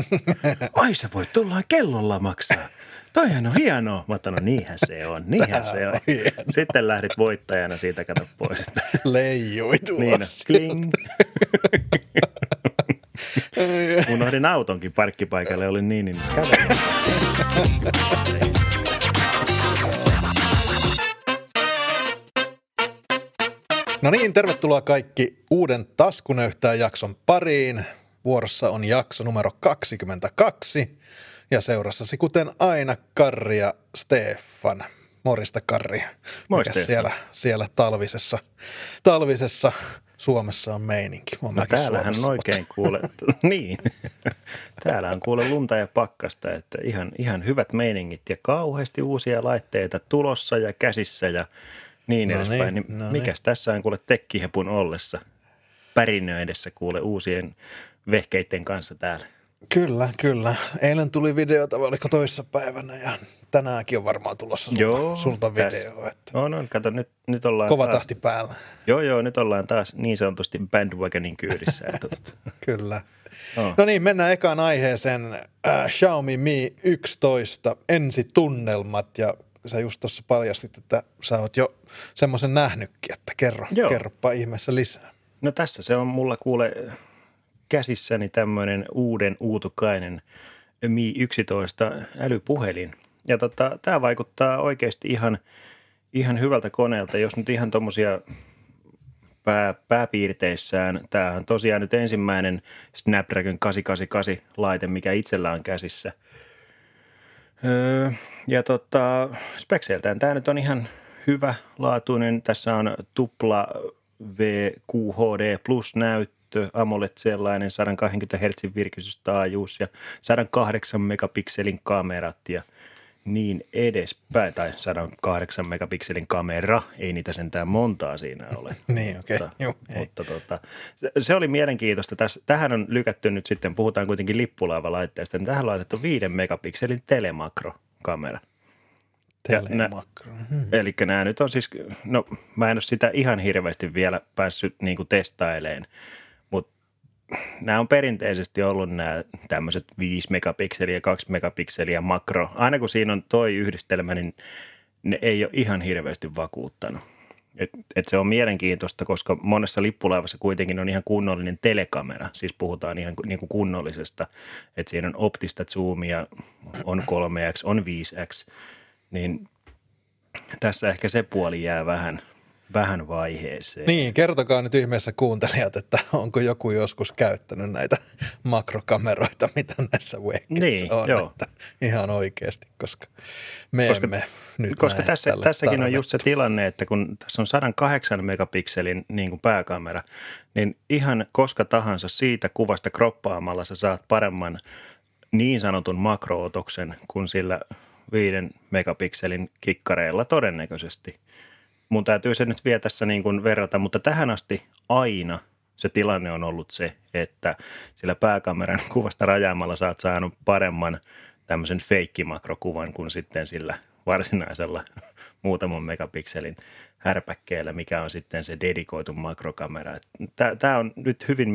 Ai sä voit tulla kellolla maksaa. Toihan on hienoa. Mä otan, no niinhän se on. Sitten lähdit voittajana siitä, kato pois. Leijui tuossa. Niin, kling. Unohdin autonkin parkkipaikalle, olin niin kävelin. No niin, tervetuloa kaikki uuden Taskunöyhtään jakson pariin. Vuorossa on jakso numero 22 ja seurassasi kuten aina Karri ja Stefan. Morjesta Karri. Moi siellä talvisessa Suomessa on meininki? No täällähän on oikein kuule, niin, täällä on kuule lunta ja pakkasta, että ihan hyvät meiningit ja kauheasti uusia laitteita tulossa ja käsissä ja niin edespäin. Niin, mikäs tässä on kuule tekkihepun ollessa pärinöidessä kuule uusien vehkeiden kanssa täällä? Kyllä. Eilen tuli videota, vai oliko toissapäivänä ja tänäänkin on varmaan tulossa sulta video. Että on, kato nyt ollaan kova taas, tahti päällä. Joo, nyt ollaan taas niin sanotusti bandwagonin kyydissä. Kyllä. No niin, mennään ekaan aiheeseen. Xiaomi Mi 11 ensitunnelmat ja sä just tuossa paljastit, että sä oot jo semmoisen nähnytkin, että kerropa ihmeessä lisää. No tässä se on mulla kuule käsissäni tämmöinen uutukainen Mi 11 älypuhelin. Ja tämä vaikuttaa oikeasti ihan hyvältä koneelta, jos nyt ihan tommosia pääpiirteissään. Tämä on tosiaan nyt ensimmäinen Snapdragon 888-laite, mikä itsellä on käsissä. Ja spekseiltään tämä nyt on ihan hyvä laatuinen. Tässä on tupla VQHD Plus näyttö, AMOLED sellainen, 120 Hz virkistystaajuus ja 108 megapikselin kamerat ja niin edespäin. Tai 108 megapikselin kamera, ei niitä sentään montaa siinä ole. Niin, okei. Mutta se oli mielenkiintoista. Tähän on lykätty nyt sitten, puhutaan kuitenkin lippulaivalaitteesta, niin tähän on laitettu 5 megapikselin telemakrokamera. Telemakro. Eli nämä nyt on siis, no mä en ole sitä ihan hirveästi vielä päässyt niin kuin testailemaan, mutta nämä on perinteisesti ollut nämä tämmöiset 5 megapikseliä, 2 megapikseliä makro. Aina kun siinä on toi yhdistelmä, niin ne ei ole ihan hirveästi vakuuttanut. Et se on mielenkiintoista, koska monessa lippulaivassa kuitenkin on ihan kunnollinen telekamera. Siis puhutaan ihan niin kuin kunnollisesta, että siinä on optista zoomia, on 3x, on 5x. Niin tässä ehkä se puoli jää vähän vaiheeseen. Niin, kertokaa nyt ihmeessä kuuntelijat, että onko joku joskus käyttänyt näitä makrokameroita, mitä näissä webkeissä on. Joo. Että ihan oikeasti, koska me emme nyt koska tässäkin on just se tilanne, että kun tässä on 108 megapikselin niin kuin pääkamera, niin ihan koska tahansa siitä kuvasta kroppaamalla sä saat paremman niin sanotun makrootoksen kuin sillä 5 megapikselin kikkareilla todennäköisesti. Mun täytyy se nyt vielä tässä niin kuin verrata, mutta tähän asti aina se tilanne on ollut se, että sillä pääkameran kuvasta rajaamalla sä oot saanut paremman tämmöisen feikkimakrokuvan kuin sitten sillä varsinaisella muutaman megapikselin härpäkkeellä, mikä on sitten se dedikoitu makrokamera. Tämä on nyt hyvin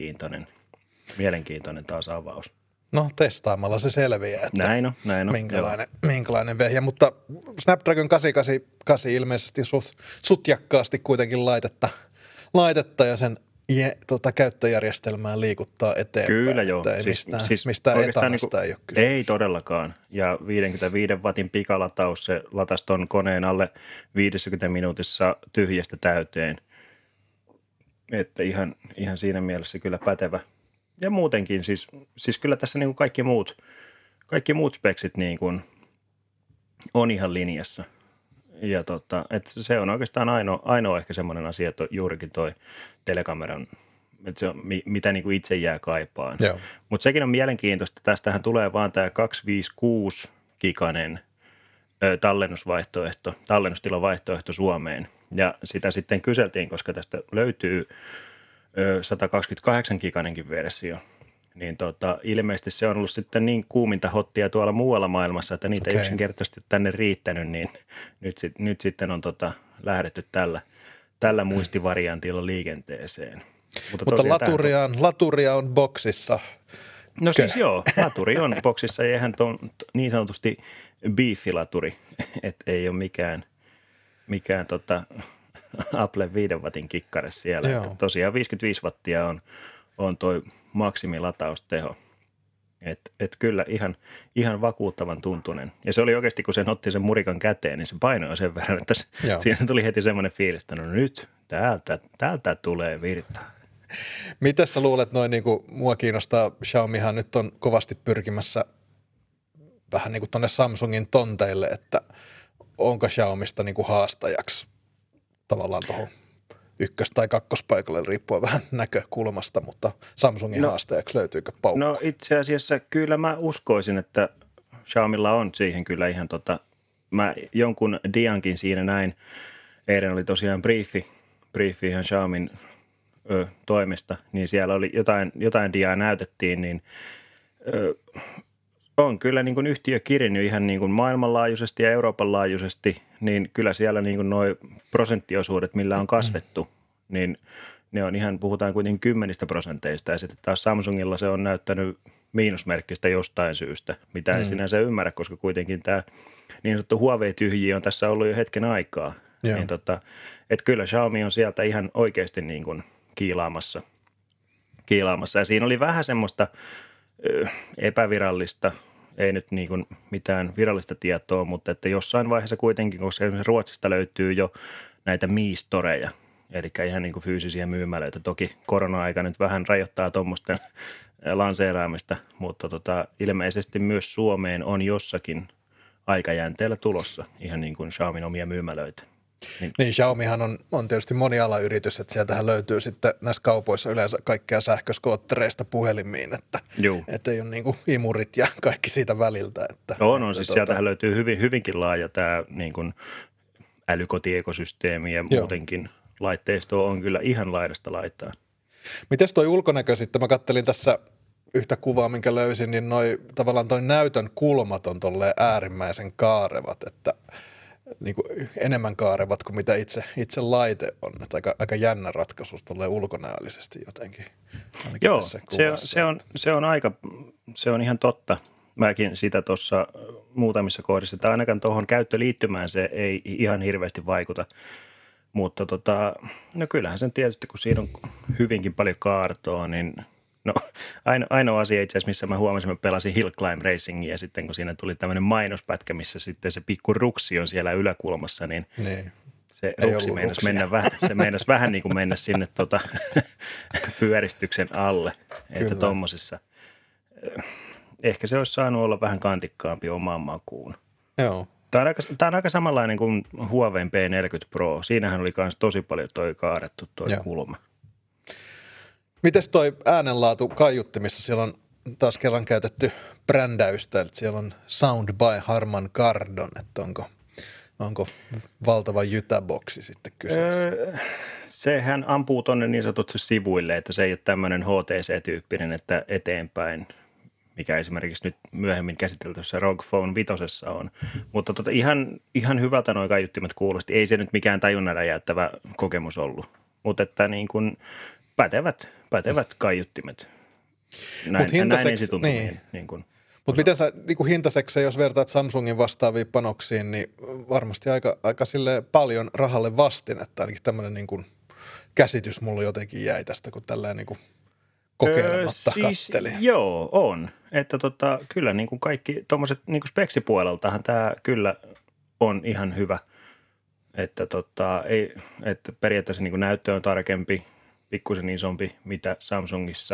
mielenkiintoinen taas avaus. No testaamalla se selviää, että näin on. minkälainen vehjä, mutta Snapdragon 888 ilmeisesti sutjakkaasti kuitenkin laitetta ja sen käyttöjärjestelmään liikuttaa eteenpäin. Kyllä joo. Mistään etanasta ei ole kysymys. Ei todellakaan. Ja 55 watin pikalataus, se latasi ton koneen alle 50 minuutissa tyhjästä täyteen. Että ihan siinä mielessä kyllä pätevä. Ja muutenkin siis kyllä tässä niin kuin kaikki muut speksit niin kuin on ihan linjassa. Ja että se on oikeastaan ainoa ehkä semmoinen asia, että juurikin toi telekameran, että se on, mitä niin kuin itse jää kaipaan. Mutta sekin on mielenkiintoista. Tästähän tulee vaan tämä 256-giganen tallennustilan Suomeen. Ja sitä sitten kyseltiin, koska tästä löytyy 128-giganenkin versio, niin ilmeisesti se on ollut sitten niin kuuminta hottia tuolla muualla maailmassa, että niitä ei yksinkertaisesti tänne riittänyt, niin nyt sitten on lähdetty tällä muistivariantilla liikenteeseen. Mutta laturia on boksissa No siis joo, laturi on boksissa ja eihän tuon niin sanotusti beefilaturi, että ei ole mikään Apple 5 wattin kikkare siellä. Joo. Että tosiaan 55 wattia on toi maksimilataustteho. Et kyllä ihan vakuuttavan tuntunen. Ja se oli oikeasti, kun sen otti sen murikan käteen, niin se painoi sen verran, että siinä tuli heti semmoinen fiilis, että no nyt täältä tulee virtaa. Miten sä luulet noin, niin kuin mua kiinnostaa, Xiaomihan nyt on kovasti pyrkimässä vähän niin kuin tuonne Samsungin tonteille, että onko Xiaomista niin kuin haastajaksi tavallaan tuohon ykkös- tai kakkospaikalle, riippuen vähän näkökulmasta, mutta Samsungin haastajaksi löytyykö paukku? No itse asiassa kyllä mä uskoisin, että Xiaomilla on siihen kyllä ihan mä jonkun diankin siinä näin. Eilen oli tosiaan briefi ihan Xiaomin toimesta, niin siellä oli jotain diaa näytettiin, niin on kyllä niin kuin yhtiö kirinyt ihan niin kuin maailmanlaajuisesti ja Euroopan laajuisesti, niin kyllä siellä niin kuin nuo prosenttiosuudet, millä on kasvettu, niin ne on ihan, puhutaan kuitenkin 10%, ja sitten taas Samsungilla se on näyttänyt miinusmerkkistä jostain syystä, mitä en sinänsä ymmärrä, koska kuitenkin tämä niin sanottu Huawei-tyhjiö on tässä ollut jo hetken aikaa. Niin että kyllä Xiaomi on sieltä ihan oikeasti niin kuin kiilaamassa. Ja siinä oli vähän semmoista epävirallista, ei nyt niin kuin mitään virallista tietoa, mutta että jossain vaiheessa kuitenkin, koska esimerkiksi Ruotsista löytyy jo näitä miistoreja, eli ihan niin kuin fyysisiä myymälöitä. Toki korona-aika nyt vähän rajoittaa tuommoisten lanseeraamista, mutta ilmeisesti myös Suomeen on jossakin aikajänteellä tulossa ihan niin kuin Xiaomin omia myymälöitä. Niin Xiaomihan on tietysti monialayritys, että sieltähän löytyy sitten näissä kaupoissa yleensä kaikkea sähköskoottereista puhelimiin, että ei ole niin kuin imurit ja kaikki siitä väliltä. Siis sieltähän löytyy hyvinkin laaja tämä niin kuin älykotiekosysteemi ja muutenkin laitteisto on kyllä ihan laidasta laitaan. Mites toi ulkonäkö sitten? Mä kattelin tässä yhtä kuvaa, minkä löysin, niin tavallaan toi näytön kulmat on tolleen äärimmäisen kaarevat, että niin kuin enemmän kaarevat kuin mitä itse laite on. Että aika jännä ratkaisu tolleen ulkonäöllisesti jotenkin. Joo, se on ihan totta. Mäkin sitä tuossa muutamissa kohdissa, että ainakaan tuohon käyttöliittymään se ei ihan hirveästi vaikuta. Mutta no kyllähän sen tietysti, kun siinä on hyvinkin paljon kaartoa, niin no ainoa asia itse asiassa, missä mä huomasin, mä pelasin Hill Climb Racingia, ja sitten kun siinä tuli tämmöinen mainospätkä, missä sitten se pikku ruksi on siellä yläkulmassa, niin se ruksi meinasi vähän niin kuin mennä sinne pyöristyksen alle, että tommosissa. Ehkä se olisi saanut olla vähän kantikkaampi omaan makuun. Joo. Tämä on aika samanlainen kuin Huawei P40 Pro. Siinähän oli myös tosi paljon toi kaarettu kulma. Mites toi äänenlaatu kaiuttimissa? Siellä on taas kerran käytetty brändäystä, että siellä on Sound by Harman Kardon, että onko valtava jytäboksi sitten kyseessä? Sehän ampuu tuonne niin sanotusti sivuille, että se ei ole tämmöinen HTC-tyyppinen, että eteenpäin, mikä esimerkiksi nyt myöhemmin käsiteltyssä ROG Phone 5 on. Mutta ihan hyvältä nuo kaiuttimet kuulosti. Ei se nyt mikään tajunnan räjäyttävä kokemus ollut, mutta että niin kuin pätevät kaiuttimet. Näin ensituntumiin. Niin mutta miten sä niin hintaseksi, jos vertaat Samsungin vastaaviin panoksiin, niin varmasti aika sille paljon rahalle vastinetta. Ainakin tämmöinen niin kuin käsitys mulla jotenkin jäi tästä, kun tällä niin kuin kokeilematta kattelin. Joo, on. Että kyllä niin kuin kaikki tuommoiset niin kuin speksipuoleltahan tämä kyllä on ihan hyvä. Että että periaatteessa niin kuin näyttö on tarkempi, pikkusen isompi, mitä Samsungissa.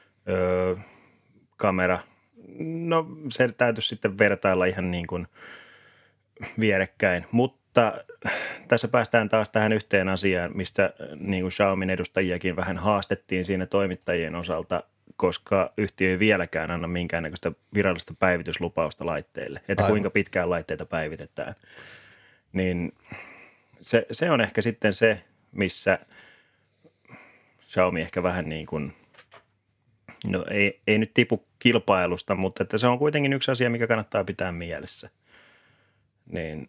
Kamera, no se täytyisi sitten vertailla ihan niin kuin vierekkäin, mutta tässä päästään taas tähän yhteen asiaan, mistä niin kuin Xiaomin edustajiakin vähän haastettiin siinä toimittajien osalta, koska yhtiö ei vieläkään anna minkäännäköistä virallista päivityslupausta laitteille, että kuinka pitkään laitteita päivitetään. Niin se on ehkä sitten se, missä Xiaomi ehkä vähän niin kuin, no ei nyt tipu kilpailusta, mutta että se on kuitenkin yksi asia, mikä kannattaa pitää mielessä. Niin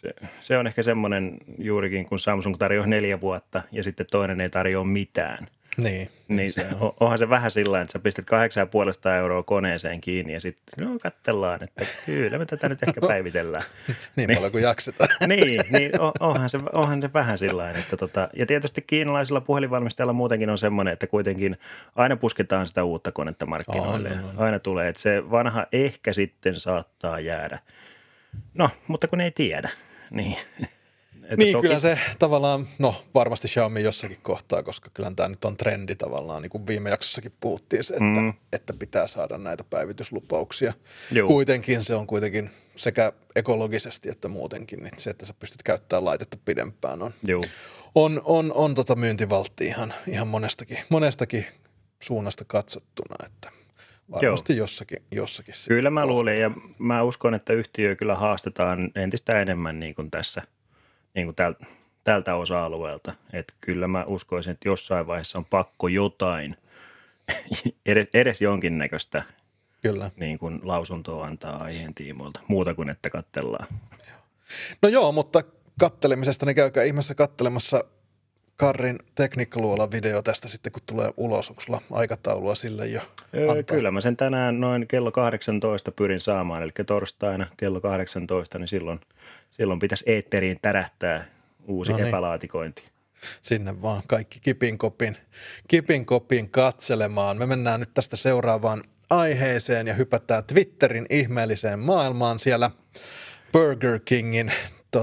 se on ehkä semmoinen juurikin, kun Samsung tarjoaa 4 vuotta ja sitten toinen ei tarjoa mitään. Niin. Niin onhan se vähän sillä että sä pistät 850 € koneeseen kiinni ja sitten katsellaan, että kyllä me tätä nyt ehkä päivitellään. Niin paljon kuin jaksetaan. Niin onhan se vähän sillä että ja tietysti kiinalaisilla puhelinvalmistajilla muutenkin on semmoinen, että kuitenkin aina pusketaan sitä uutta konetta markkinoille. Aina tulee, että se vanha ehkä sitten saattaa jäädä. No, mutta kun ei tiedä, niin... Niin, kyllä se tavallaan, varmasti Xiaomi jossakin kohtaa, koska kyllä tämä nyt on trendi tavallaan, niin kuin viime jaksossakin puhuttiin se, että pitää saada näitä päivityslupauksia. Joo. Kuitenkin se on kuitenkin sekä ekologisesti että muutenkin, niin se, että sä pystyt käyttämään laitetta pidempään on myyntivaltti ihan monestakin suunnasta katsottuna, että varmasti jossakin. Kyllä mä luulen ja mä uskon, että yhtiö kyllä haastetaan entistä enemmän niin kuin tässä. Niin kuin tältä osa-alueelta. Että kyllä mä uskoisin, että jossain vaiheessa on pakko jotain, edes jonkinnäköistä niin kuin lausuntoa antaa aiheen tiimoilta. Muuta kuin, että katsellaan. No joo, mutta kattelemisesta niin käykää ihmeessä kattelemassa Karrin Tekniikkaluola video tästä sitten, kun tulee ulos. Onko sulla aikataulua sille jo antaa? Kyllä mä sen tänään noin kello 18 pyrin saamaan, eli torstaina kello 18, niin silloin pitäisi eetteriin tärähtää uusi epälaatikointi. Sinne vaan kaikki kipin kopin katselemaan. Me mennään nyt tästä seuraavaan aiheeseen ja hypätään Twitterin ihmeelliseen maailmaan. Siellä Burger Kingin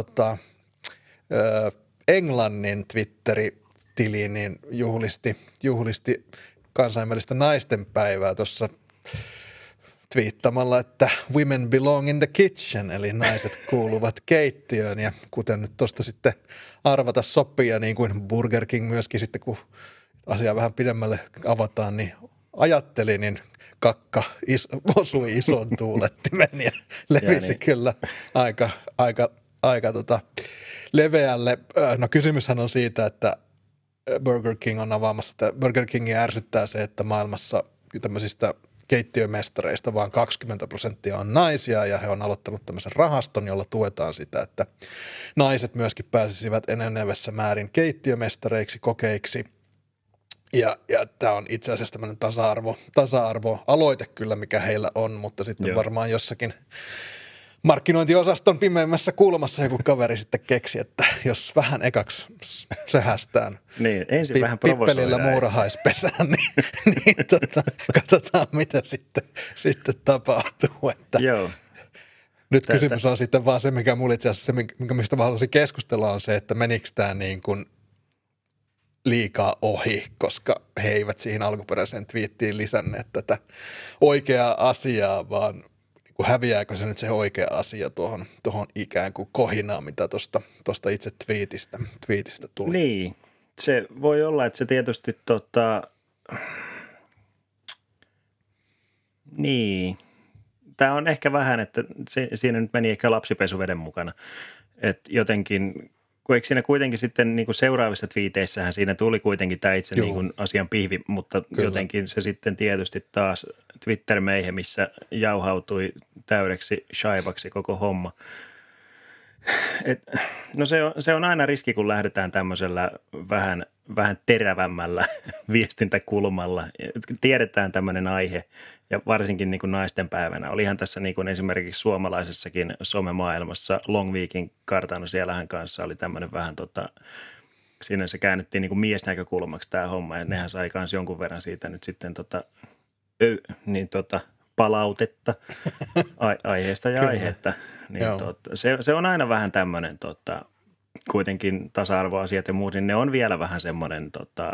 Englannin Twitteri-tili niin juhlisti kansainvälistä naistenpäivää tuossa twiittamalla, että women belong in the kitchen, eli naiset kuuluvat keittiöön. Ja kuten nyt tuosta sitten arvata sopii, ja niin kuin Burger King myöskin sitten, kun asiaa vähän pidemmälle avataan, niin ajatteli, niin kakka osui ison tuulettimen ja levisi kyllä aika leveälle. No kysymyshän on siitä, että Burger King on avaamassa, että Burger Kingia ärsyttää se, että maailmassa tämmöisistä keittiömestareista vaan 20% on naisia ja he on aloittanut tämmöisen rahaston, jolla tuetaan sitä, että naiset myöskin pääsisivät enenevässä määrin keittiömestareiksi, kokeiksi. Ja tämä on itse asiassa tämmöinen tasa-arvoaloite kyllä, mikä heillä on, mutta sitten varmaan jossakin markkinointiosaston pimeimmässä kulmassa joku kaveri sitten keksi, että jos vähän ekaksi söhästään niin, ensin vähän pippelillä muurahaispesään, niin katsotaan mitä sitten tapahtuu. Että Joo. Nyt kysymys on sitten vaan se, mikä mulla itse asiassa, mistä mä haluaisin keskustella, on se, että menikö tämä niin kuin liikaa ohi, koska he eivät siihen alkuperäiseen twiittiin lisänneet tätä oikeaa asiaa, vaan häviääkö se nyt se oikea asia tuohon ikään kuin kohinaan, mitä tuosta itse twiitistä tuli? Niin, se voi olla, että se tietysti niin, tämä on ehkä vähän, että siinä nyt meni ehkä lapsipesuveden mukana, että jotenkin, kun eikö siinä kuitenkin sitten niin kuin seuraavissa twiiteissähän siinä tuli kuitenkin tämä itse niin kuin asian pihvi, mutta kyllä. Jotenkin se sitten tietysti taas Twitter-meihemissä jauhautui täydeksi shaivaksi koko homma. No se on aina riski, kun lähdetään tämmöisellä vähän terävämmällä viestintäkulmalla. Tiedetään tämmöinen aihe ja varsinkin niin kuin naistenpäivänä. Olihan tässä niin kuin esimerkiksi suomalaisessakin somemaailmassa Long Weekin kartano siellähän kanssa oli tämmöinen vähän siinä se käännettiin niin kuin miesnäkökulmaksi tämä homma ja nehän sai kanssa jonkun verran siitä nyt sitten palautetta aiheesta ja aihetta. Niin se on aina vähän tämmöinen kuitenkin tasa-arvoasiat ja muut, niin ne on vielä vähän semmoinen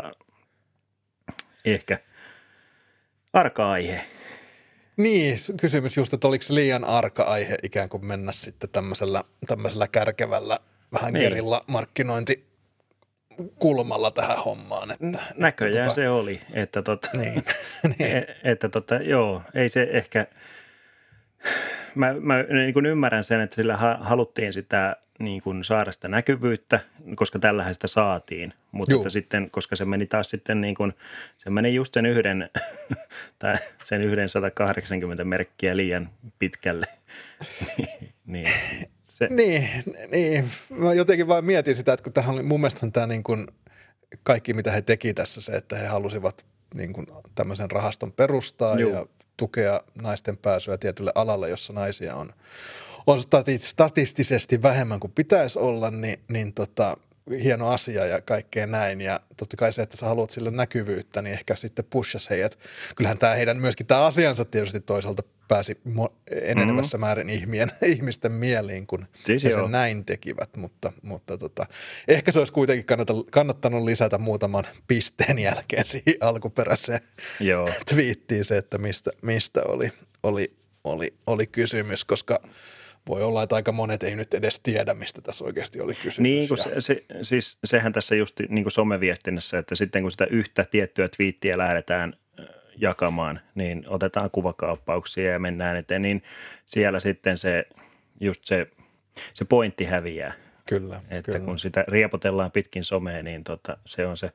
ehkä arka aihe. Niin, kysymys just, että oliko se liian arka aihe ikään kuin mennä sitten tämmöisellä kärkevällä vähän gerilla markkinointikulmalla tähän hommaan. Että, näköjään se oli, että niin. joo, ei se ehkä, mä niin kuin ymmärrän sen, että sillä haluttiin sitä niin kuin saada sitä näkyvyyttä, koska tällähän sitä saatiin, mutta että sitten, koska se meni taas sitten niin kuin, se meni just sen yhden, tai sen 180 merkkiä liian pitkälle, niin se. Niin, mä jotenkin vaan mietin sitä, että kun tähän oli mun mielestä tämä niin kuin kaikki mitä he teki tässä se, että he halusivat niin kuin tämmöisen rahaston perustaa ja tukea naisten pääsyä tietylle alalle, jossa naisia on statistisesti vähemmän kuin pitäisi olla, niin hieno asia ja kaikkea näin. Ja totta kai se, että sä haluat sille näkyvyyttä, niin ehkä sitten pushas heidät. Kyllähän tämä heidän myöskin tämä asiansa tietysti toisaalta pääsi enenevässä määrin ihmisten mieliin, kun he sen näin tekivät. Mutta ehkä se olisi kuitenkin kannattanut lisätä muutaman pisteen jälkeen siihen alkuperäiseen twiittiin se, että mistä oli kysymys, koska voi olla, että aika monet ei nyt edes tiedä, mistä tässä oikeasti oli kysymys. Niin, kun siis sehän tässä just niin kuin someviestinnässä, että sitten kun sitä yhtä tiettyä twiittiä lähdetään jakamaan, niin otetaan kuvakaappauksia ja mennään eteen, niin siellä sitten se pointti häviää. Kyllä. Että kun sitä riepotellaan pitkin somea, niin se on se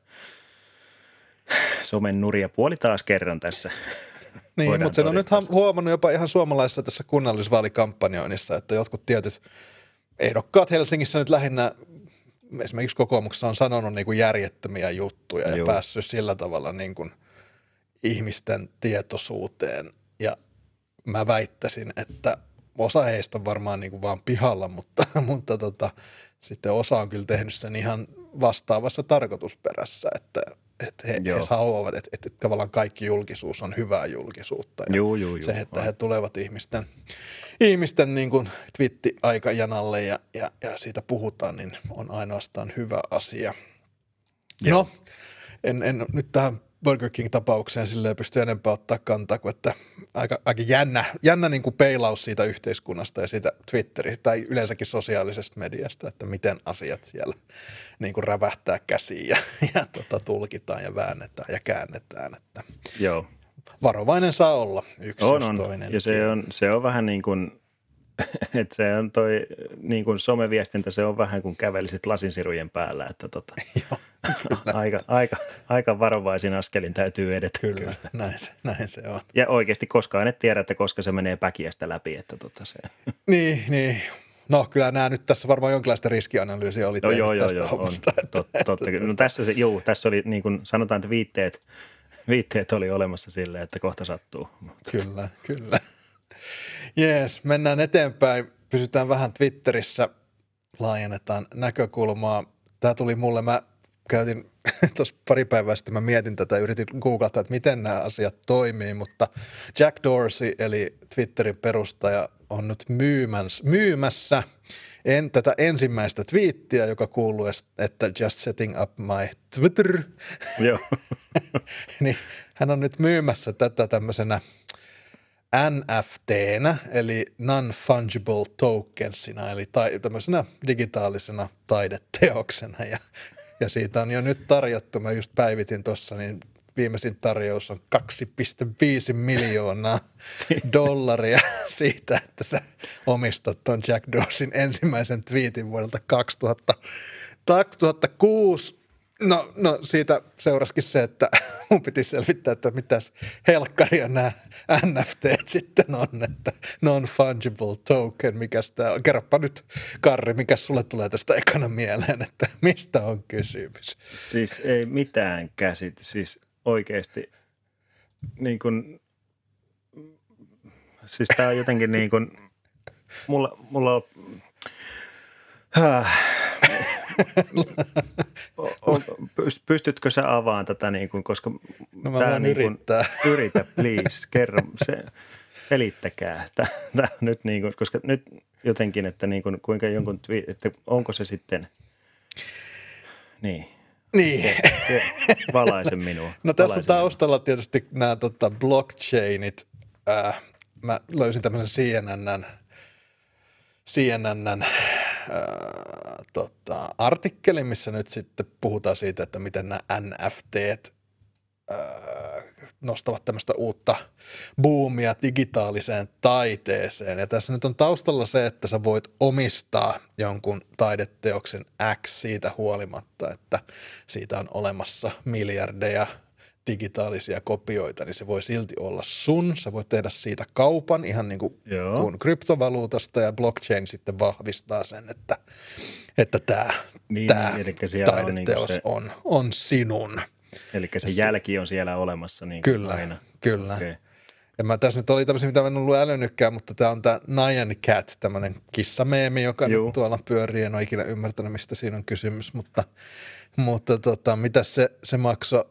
somen nurja puoli taas kerran tässä. Niin, mutta sen on nyt huomannut jopa ihan suomalaisessa tässä kunnallisvaalikampanjoinnissa, että jotkut tietyt ehdokkaat Helsingissä nyt lähinnä esimerkiksi kokoomuksessa on sanonut niin kuin järjettömiä juttuja ja päässyt sillä tavalla niin kuin ihmisten tietoisuuteen. Ja mä väittäisin, että osa heistä on varmaan niin kuin vaan pihalla, mutta sitten osa on kyllä tehnyt sen ihan vastaavassa tarkoitusperässä, että he haluavat, että tavallaan kaikki julkisuus on hyvää julkisuutta. Ja se, että he tulevat ihmisten niin kuin twitti-aikajanalle ja siitä puhutaan, niin on ainoastaan hyvä asia. No, en nyt tähän Burger King-tapaukseen silleen pysty enempää ottaa kantaa, kuin että aika jännä niin kuin peilaus siitä yhteiskunnasta ja siitä Twitteristä tai yleensäkin sosiaalisesta mediasta, että miten asiat siellä niin kuin rävähtää käsiin ja tulkitaan ja väännetään ja käännetään. Että varovainen saa olla yksi jos toinen. Ja se on vähän niin kuin, että se on toi niin kuin someviestintä, se on vähän kuin kävelisit lasinsirujen päällä, että aika varovaisin askelin täytyy edetä. Kyllä. Näin se on. Ja oikeasti koskaan et tiedä, että koska se menee päkiästä läpi, että se. Niin. No kyllä nämä nyt tässä varmaan jonkinlaista riskianalyysiä oli tehnyt tästä hommasta. Totta. No tässä oli niin kuin sanotaan, että viitteet oli olemassa silleen, että kohta sattuu. Kyllä. Jees, mennään eteenpäin. Pysytään vähän Twitterissä, laajennetaan näkökulmaa. Tämä tuli mulle, mä käytin tuossa pari päivää sitten, mä mietin tätä, yritin googlata, että miten nämä asiat toimii, mutta Jack Dorsey, eli Twitterin perustaja, on nyt myymässä tätä ensimmäistä twiittiä, joka kuuluu, että just setting up my Twitter. Joo. Niin hän on nyt myymässä tätä tämmöisenä NFT:nä, eli non-fungible tokensina, eli tämmöisenä digitaalisena taideteoksena, ja siitä on jo nyt tarjottu, mä just päivitin tuossa, niin viimeisin tarjous on $2,5 miljoonaa siitä, että sä omistat ton Jack Dorseyn ensimmäisen twiitin vuodelta 2006. No siitä seurasikin se, että mun piti selvittää, että mitäs helkkaria nämä NFTt sitten on, että non-fungible token, mikäs tämä on. Kerropa nyt, Karri, mikä sulle tulee tästä ekana mieleen, että mistä on kysymys? Siis ei mitään siis oikeasti niin kuin, siis tämä on jotenkin niin kuin, mulla on, pystytkö sä avaamaan tätä, niin kuin, koska no mä voin niin yrittää. Yritä, please, kerro, selittäkää. Tämä nyt, niin kuin, koska nyt jotenkin, että niin kuin, kuinka jonkun, että onko se sitten, Niin. Valaise minua. No tässä on taustalla tietysti nämä blockchainit. Mä löysin tämmöisen CNN:n artikkelin, missä nyt sitten puhutaan siitä, että miten nämä NFTt nostavat tämmöistä uutta boomia digitaaliseen taiteeseen. Ja tässä nyt on taustalla se, että sä voit omistaa jonkun taideteoksen X siitä huolimatta, että siitä on olemassa miljardeja digitaalisia kopioita, niin se voi silti olla sun. Sä voit tehdä siitä kaupan ihan niin kuin kryptovaluutasta ja blockchain sitten vahvistaa sen, että tämä taideteos on sinun. Eli se jälki on siellä olemassa niin kyllä, aina. Kyllä. Okay. Ja mä tässä nyt oli tämmöisiä, mitä mä en ollut älynnytkään, mutta tämä on tämä Nyan Cat, tämmöinen kissameemi, joka nyt tuolla pyörii. En ole ikinä ymmärtänyt, mistä siinä on kysymys, mutta mitä se maksoi?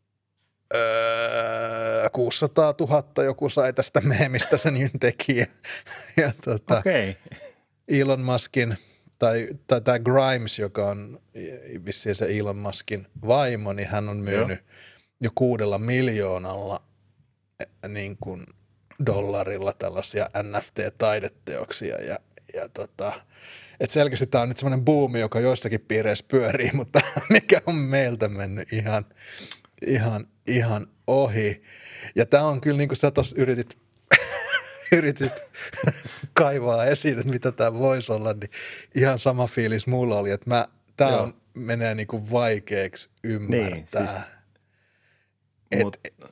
600 000 joku sai tästä meemistä sen tekijä. Ja okay. Elon Muskin tai tämä Grimes, joka on vissiin se Elon Muskin vaimo, niin hän on myynyt jo 6 miljoonalla niin kuin dollarilla tällaisia NFT-taideteoksia että selkeästi tämä on nyt semmoinen buumi, joka joissakin piireissä pyörii, mutta mikä on meiltä mennyt ihan ohi. Ja tämä on kyllä niin kuin sä tuossa yritit kaivaa esiin, että mitä tämä voisi olla, niin ihan sama fiilis mulla oli, että tämä menee niin kuin vaikeaksi ymmärtää. Niin, siis,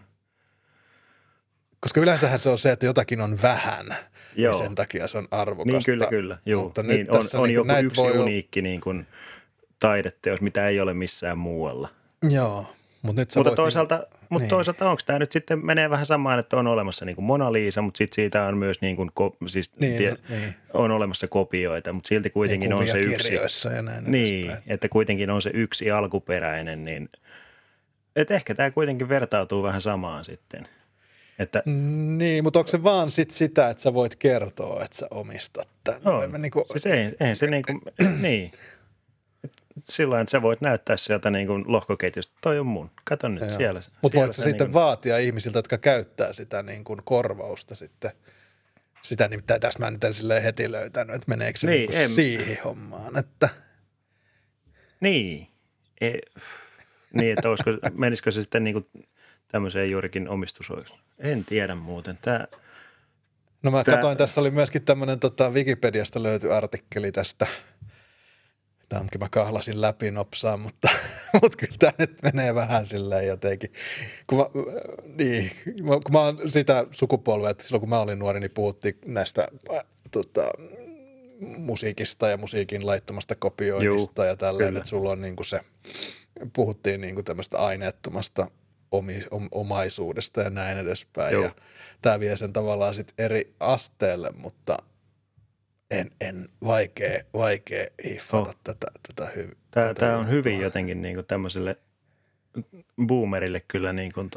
koska yleensähän se on se, että jotakin on vähän, ja sen takia se on arvokasta. Niin kyllä. Mutta niin, nyt on niin joku yksi uniikki niin kuin taideteos, mitä ei ole missään muualla. Joo. Mutta toisaalta onko tämä nyt sitten menee vähän samaan, että on olemassa niin kuin Mona Lisa, mutta sitten siitä on myös niin kuin, on olemassa kopioita, mutta silti kuitenkin niin on se yksi. Ja näin niin, että kuitenkin on se yksi alkuperäinen, niin että ehkä tämä kuitenkin vertautuu vähän samaan sitten. Että, niin, mutta onko se vaan sitä, että sä voit kertoa, että sä omistat tämän? Siis eihän se niin. Silloin, että sä voit näyttää sieltä niin kuin lohkoketjusta, toi on mun, kato nyt siellä. Mutta voitko sä sitten vaatia ihmisiltä, jotka käyttää sitä niin kuin korvausta sitten? Sitä nimittäin tässä mä nyt en silleen heti löytänyt, että meneekö se niin siihen hommaan, että... Niin, että menisikö se sitten niin kuin tämmöiseen juurikin omistusoikeuteen? En tiedä muuten. No mä katsoin, tässä oli myöskin tämmöinen Wikipediasta löytyi artikkeli tästä. Tämänkin mä kahlasin läpi nopsaan, mutta kyllä tämä nyt menee vähän silleen jotenkin. Kun mä oon sitä sukupolvea, että silloin kun mä olin nuori, niin puhuttiin näistä musiikista ja musiikin laittamasta kopioinnista ja tällainen, että sulla on niinku se, puhuttiin niinku tämmöistä aineettomasta omaisuudesta ja näin edespäin. Joo. Ja tämä vie sen tavallaan sitten eri asteelle, mutta vaikea hiffata tätä hyvin. Tämä on hyvin jotenkin niin kuin tämmöiselle boomerille kyllä niin kuin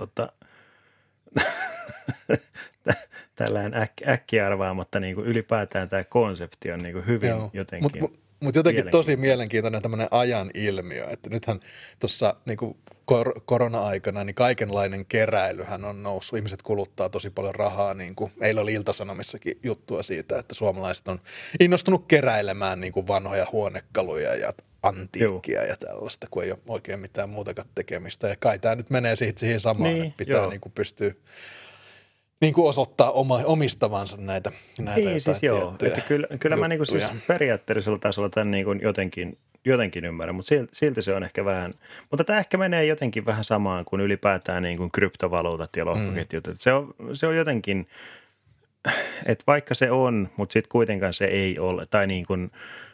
tällainen äkkiarvaamatta niin kuin ylipäätään tämä konsepti on niin kuin hyvin jotenkin. Mutta jotenkin tosi mielenkiintoinen tämmöinen ajan ilmiö, että nythän tuossa niin kuin korona-aikana niin kaikenlainen keräilyhän on noussut. Ihmiset kuluttaa tosi paljon rahaa. Niin kuin, meillä oli Ilta-Sanomissakin juttua siitä, että suomalaiset on innostunut keräilemään niin kuin vanhoja huonekaluja ja antiikkia ja tällaista, kun ei ole oikein mitään muutakaan tekemistä. Ja kai tämä nyt menee siihen samaan, että pitää niin kuin pystyä niin kuin osoittaa omistavansa näitä niin, siis että kyllä mä niin kuin siis periaatteellisella tasolla tämän niin kuin jotenkin ymmärrän, mutta silti se on ehkä vähän, mutta tämä ehkä menee jotenkin vähän samaan kuin ylipäätään niin kuin kryptovaluutat ja lohkoketjut. Se on jotenkin, että vaikka se on, mutta sitten kuitenkaan se ei ole, tai niin kuin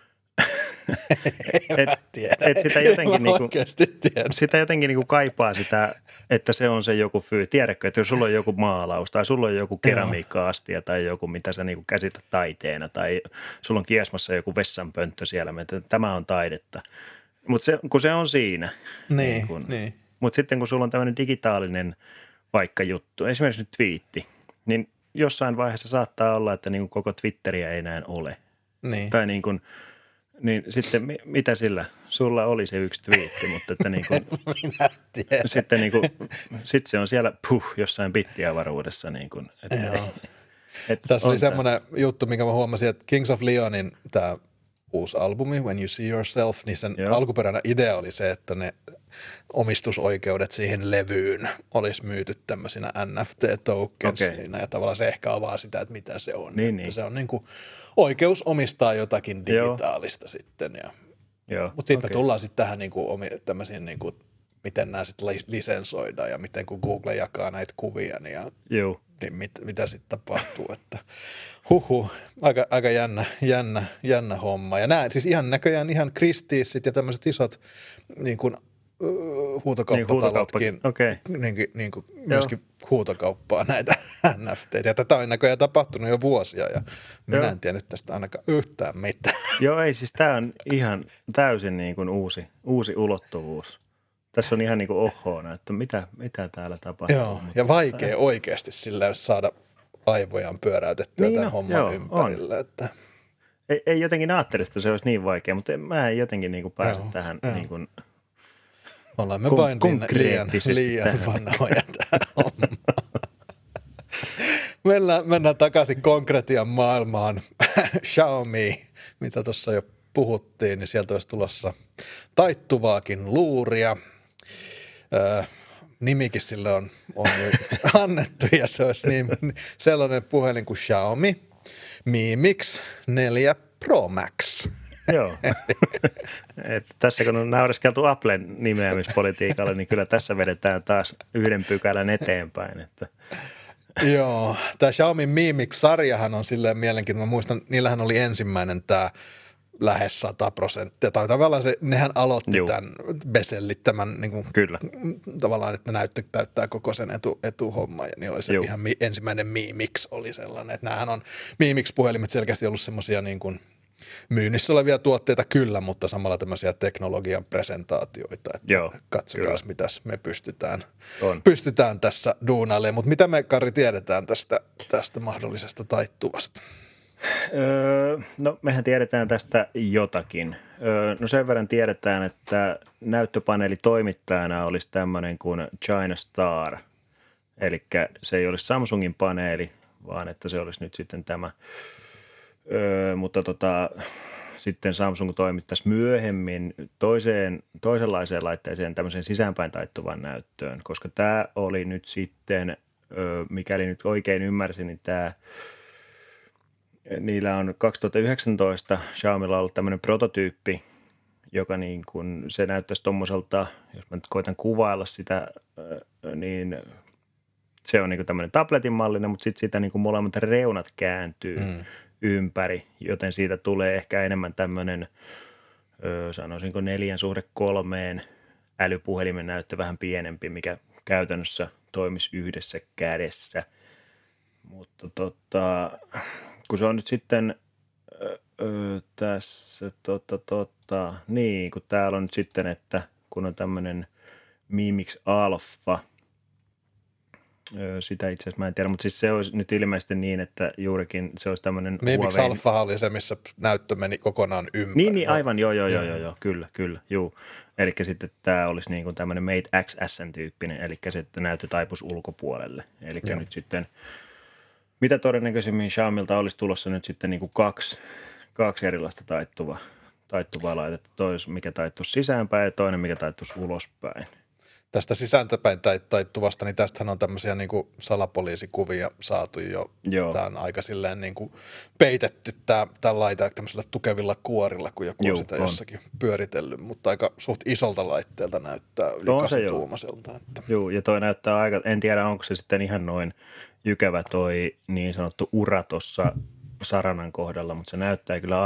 sitä jotenkin niinku kaipaa sitä, että se on se joku tiedätkö, että jos sulla on joku maalaus tai sulla on joku keramiikka-astia tai joku, mitä sä niinku käsität taiteena tai sulla on kiesmassa joku vessanpönttö siellä, että tämä on taidetta. Mutta kun se on siinä. Niin. Mutta sitten kun sulla on tämmöinen digitaalinen vaikka juttu, esimerkiksi nyt twiitti, niin jossain vaiheessa saattaa olla, että niinku koko Twitteriä ei enää ole. Niin. Tai niin kuin niin sitten mitä sillä? Sulla oli se yksi twiitti, mutta että niin kuin, sitten niin kuin, sit se on siellä jossain bittiavaruudessa. Niin kuin, tässä oli semmoinen juttu, minkä mä huomasin, että Kings of Leonin tämä uusi albumi, When You See Yourself, niin sen alkuperäinen idea oli se, että ne omistusoikeudet siihen levyyn olisi myyty tämmöisinä NFT-tokensina ja tavallaan se ehkä avaa sitä, että mitä se on. Niin. Se on niin kuin oikeus omistaa jotakin digitaalista sitten. Mutta sitten me tullaan sitten tähän niin kuin tämmöisiin niin kuin miten nämä sitten lisensoidaan ja miten kun Google jakaa näitä kuvia, niin mitä sitten tapahtuu, että aika jännä homma. Ja nämä siis ihan näköjään ihan Christiesit ja tämmöiset isot niin kuin huutokauppatalotkin niin kuin myöskin huutokauppaa näitä NFT:itä. Ja tätä on näköjään tapahtunut jo vuosia ja minä en tiedä nyt tästä ainakaan yhtään mitään. Joo, ei siis tämä on ihan täysin niin kuin uusi ulottuvuus. Tässä on ihan niin kuin ohoona, että mitä täällä tapahtuu. Joo, ja vaikea oikeasti sillä saada aivojaan pyöräytettyä niin tämän homman ympärillä. Että ei jotenkin ajattele, että se olisi niin vaikea, mutta mä en jotenkin niin kuin pääse tähän niin kuin olemme vain liian vanhoja tähän hommaan. Mennään takaisin konkretian maailmaan. Xiaomi, mitä tuossa jo puhuttiin, niin sieltä olisi tulossa taittuvaakin luuria. Nimikin sille on annettu ja se olisi sellainen puhelin kuin Xiaomi Mi Mix 4 Pro Max. Joo. Tässä kun on naureskeltu Applen nimeämispolitiikalle, niin kyllä tässä vedetään taas yhden pykälän eteenpäin. Että. Joo, tämä Xiaomi Mi Mix-sarjahan on silleen mielenkiintoinen. Mä muistan, niillähän oli ensimmäinen tämä lähes 100%. Tai tavallaan nehän aloitti tämän besellit tämän niin kuin, tavallaan, että näyttö täyttää koko sen etuhomma. Ja niin oli se ihan ensimmäinen Mi Mix oli sellainen. Että näähän on Mi Mix-puhelimet selkeästi ollut semmoisia niin kuin myynnissä olevia tuotteita kyllä, mutta samalla tämmöisiä teknologian presentaatioita, että katsokaa, mitäs me pystytään tässä duunailemaan. Mutta mitä me, Kari, tiedetään tästä mahdollisesta taittuvasta? No mehän tiedetään tästä jotakin. No sen verran tiedetään, että näyttöpaneelitoimittajana olisi tämmöinen kuin China Star, eli se ei olisi Samsungin paneeli, vaan että se olisi nyt sitten tämä. Mutta sitten Samsung toimittaisi myöhemmin toisenlaiseen laitteeseen tämmöiseen sisäänpäin taittuvan näyttöön, koska tämä oli nyt sitten, mikäli nyt oikein ymmärsin, niin niillä on 2019 Xiaomilla ollut tämmöinen prototyyppi, joka niin kuin se näyttäisi tommoselta, jos mä nyt koitan kuvailla sitä, niin se on niin kuin tämmöinen tabletin mallinen, mutta sitten sitä niin kuin molemmat reunat kääntyy ympäri, joten siitä tulee ehkä enemmän tämmöinen, sanoisinko 4:3 älypuhelimen näyttö vähän pienempi, mikä käytännössä toimisi yhdessä kädessä. Mutta kun se on nyt sitten tässä, niin kun täällä on nyt sitten, että kun on tämmöinen Mi Mix Alpha, sitä itse asiassa mä en tiedä, mutta siis se olisi nyt ilmeisesti niin, että juurikin se olisi tämmöinen Mi Mix Alpha oli se, missä näyttö meni kokonaan ympäri. Niin aivan, joo, kyllä, juu. Eli sitten tämä olisi niin kuin tämmöinen Mate XS:n tyyppinen, eli se, että näyttö taipuisi ulkopuolelle. Eli nyt sitten, mitä todennäköisemmin Xiaomilta olisi tulossa nyt sitten niin kuin kaksi erilaista taittuvaa laitetta. Toinen, mikä taittuisi sisäänpäin ja toinen, mikä taittuisi ulospäin. Tästä sisäänpäin taittuvasta, niin tästähän on tämmöisiä niin kuin salapoliisikuvia saatu jo. Tämä on aika silleen niin kuin peitetty tämä laite tämmöisillä tukevilla kuorilla, kun joku on sitä jossakin pyöritellyt, mutta aika suht isolta laitteelta näyttää yli 8-tuumaiselta. Joo, ja toi näyttää aika, en tiedä onko se sitten ihan noin jykevä toi niin sanottu ura tuossa saranan kohdalla, mutta se näyttää kyllä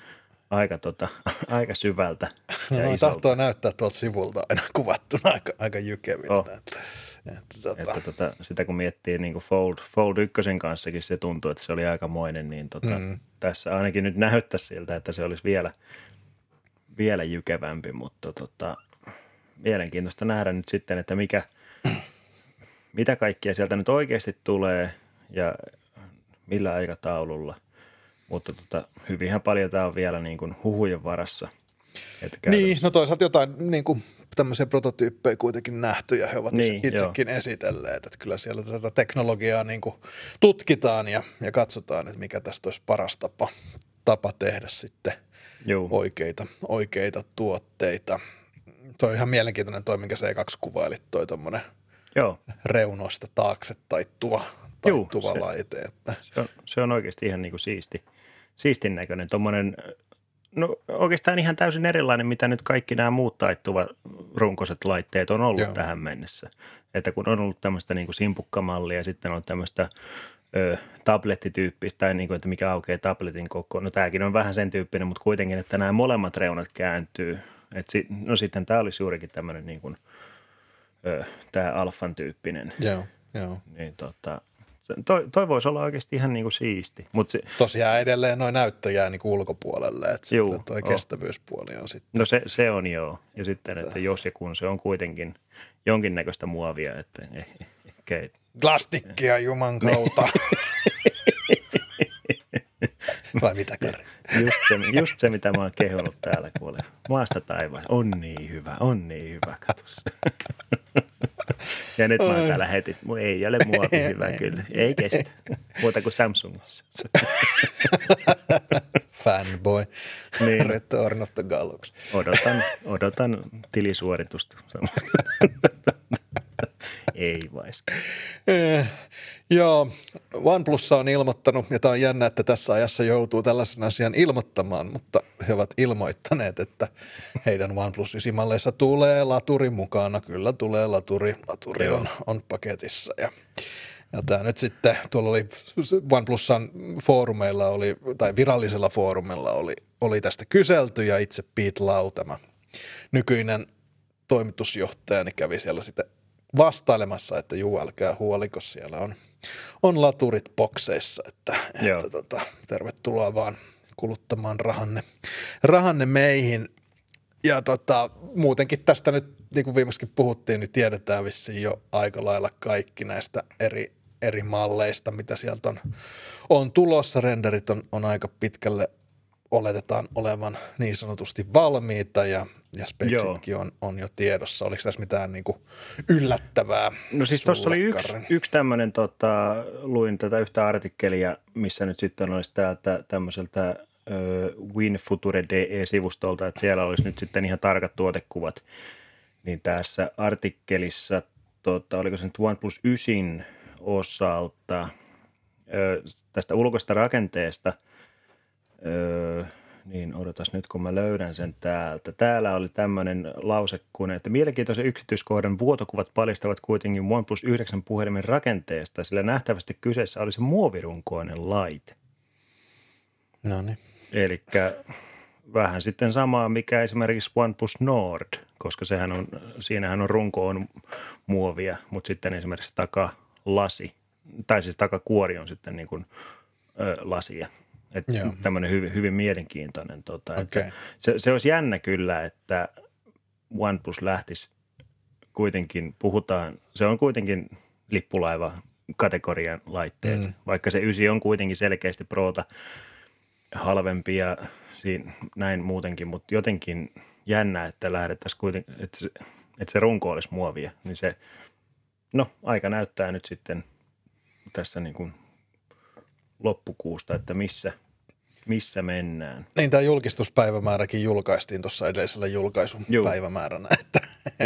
aika syvältä. No, tahtoo näyttää tuolta sivulta aina kuvattuna aika jykeviltä. Sitä kun miettii niin kuin Fold 1 kanssakin se tuntuu, että se oli aikamoinen, niin tässä ainakin nyt näyttäisi siltä, että se olisi vielä jykevämpi, mutta mielenkiintoista nähdä nyt sitten, että mitä kaikkia sieltä nyt oikeasti tulee ja millä aikataululla. Mutta hyvinhän paljon tämä on vielä niin kuin huhujen varassa. Niin, no toisaalta jotain niin kuin tämmöisiä prototyyppejä kuitenkin nähty ja he ovat itsekin esitelleet, että kyllä siellä tätä teknologiaa niin kuin tutkitaan ja katsotaan, että mikä tästä olisi paras tapa tehdä sitten oikeita tuotteita. Toi on ihan mielenkiintoinen toi, minkä C2 kuvailit, toi tommonen reunoista taakse taittuva laite. Että. Se on oikeasti ihan niin kuin siistin näköinen. Tuommoinen No oikeastaan ihan täysin erilainen, mitä nyt kaikki nämä muut taittuva runkoiset laitteet on ollut tähän mennessä. Että kun on ollut tämmöistä niin kuin simpukkamallia ja sitten on tämmöistä tablettityyppistä, tai niin kuin, että mikä aukeaa tabletin kokoon. No tämäkin on vähän sen tyyppinen, mutta kuitenkin, että nämä molemmat reunat kääntyy. No sitten tämä olisi juurikin tämmöinen niin kuin, tämä alfan tyyppinen. Joo. Niin toi voisi olla oikeasti ihan niin kuin siisti. Tosiaan edelleen noin näyttö jää niin kuin ulkopuolelle, että toi kestävyyspuoli on sitten. No se on joo. Ja sitten, että jos ja kun se on kuitenkin jonkinnäköistä muovia, että ehkä plastikkia juman kautta. Vai mitä, Kari? Just se, mitä mä oon kehunut täällä, kuule. Maasta taivaan. On niin hyvä, katos. Ja nyt mä oon täällä heti. Ei ole muovi hyvä kyllä. Ei kestä. Muuta kuin Samsungissa. Fanboy. Niin. Return of the Galaxy. Odotan tilisuoritusta. Ei vais. Joo, OnePlus on ilmoittanut, ja tämä on jännä, että tässä ajassa joutuu tällaisen asian ilmoittamaan, mutta he ovat ilmoittaneet, että heidän OnePlus 9-malleissa tulee laturi mukana. Kyllä tulee laturi on paketissa. Ja tämä nyt sitten, tuolla oli OnePlusan foorumeilla tai virallisella foorumilla oli tästä kyselty, ja itse Pete Lau, tämä nykyinen toimitusjohtajani, kävi siellä sitten vastailemassa, että juu, älkää huoliko, siellä on laturit bokseissa, että tervetuloa vaan kuluttamaan rahanne meihin. Ja muutenkin tästä nyt, niin kuin viimeksikin puhuttiin, niin tiedetään vissiin jo aika lailla kaikki näistä eri malleista, mitä sieltä on tulossa. Renderit on aika pitkälle, oletetaan olevan niin sanotusti valmiita ja speksitkin on jo tiedossa. Oliko tässä mitään niin kuin yllättävää? No siis tuossa oli yksi tämmöinen, luin tätä yhtä artikkelia, missä nyt sitten olisi täältä tämmöiseltä WinFuture DE-sivustolta, että siellä olisi nyt sitten ihan tarkat tuotekuvat. Niin tässä artikkelissa, oliko se nyt OnePlus 9 osalta, tästä ulkoista rakenteesta, niin odotas nyt, kun mä löydän sen täältä. Täällä oli tämmöinen lause, että mielenkiintoisen yksityiskohdan vuotokuvat paljastavat kuitenkin OnePlus 9 puhelimen rakenteesta, sillä nähtävästi kyseessä oli se muovirunkoinen laite. No niin. Elikkä vähän sitten samaa, mikä esimerkiksi OnePlus Nord, koska siinähän on runko on muovia, mutta sitten esimerkiksi takalasi, tai siis takakuori on sitten niin kuin lasia. Että tämmöinen hyvin mielenkiintoinen. Että se olisi jännä kyllä, että OnePlus lähtisi kuitenkin, se on kuitenkin lippulaiva kategorian laitteet, vaikka se 9 on kuitenkin selkeästi Prota halvempi ja näin muutenkin, mutta jotenkin jännä, että lähdettäisiin kuitenkin, että se runko olisi muovia, niin se, aika näyttää nyt sitten tässä niin kuin loppukuusta, että missä mennään. Niin, tämä julkistuspäivämääräkin julkaistiin tuossa edellisellä julkaisun päivämääränä, että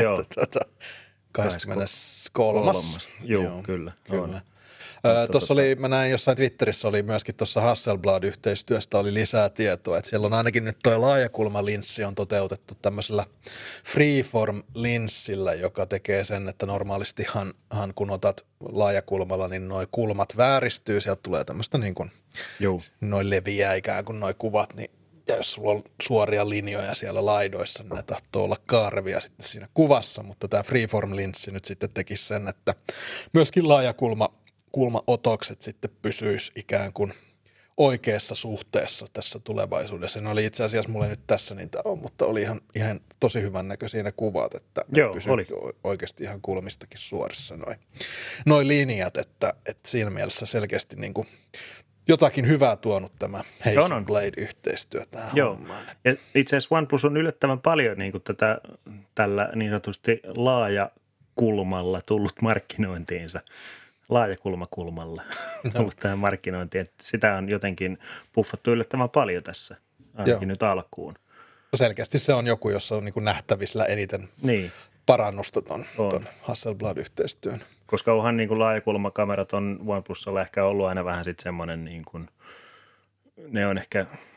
23. Joo, kyllä. Tuossa mä näin jossain Twitterissä oli myöskin tuossa Hasselblad-yhteistyöstä oli lisää tietoa, että siellä on ainakin nyt tuo laajakulmalinssi on toteutettu tämmöisellä freeform-linssillä, joka tekee sen, että normaalistihan kun otat laajakulmalla, niin noi kulmat vääristyy, sieltä tulee tämmöistä niin kuin, noi leviää ikään kuin noi kuvat, niin ja jos sulla on suoria linjoja siellä laidoissa, niin ne tahtoo olla kaarevia sitten siinä kuvassa, mutta tämä freeform-linssi nyt sitten tekisi sen, että myöskin laajakulmaotokset sitten pysyisi ikään kuin oikeassa suhteessa tässä tulevaisuudessa. Ne oli itse asiassa, mulla ei nyt tässä niitä on, mutta oli ihan tosi hyvän näköisiä ne kuvat, että ne pysyivät oikeasti ihan kulmistakin suorissa noi linjat, että siinä mielessä selkeästi niin kuin jotakin hyvää tuonut tämä Hasselblad-yhteistyö tähän hommaan. Ja itse asiassa OnePlus on yllättävän paljon niin kuin tällä niin sanotusti laajakulmalla tullut markkinointiinsa. Laajakulmakulmalla tullut tähän markkinointiin. Että sitä on jotenkin puffattu yllättävän paljon tässä, ainakin nyt alkuun. No selkeästi se on joku, jossa on niin kuin nähtävissä eniten parannusta ton Hasselblad-yhteistyön. Koska onhan niin kuin laajakulmakamerat on OnePlusalla ehkä ollut aina vähän sitten semmoinen, niin kuin, ne on ehkä,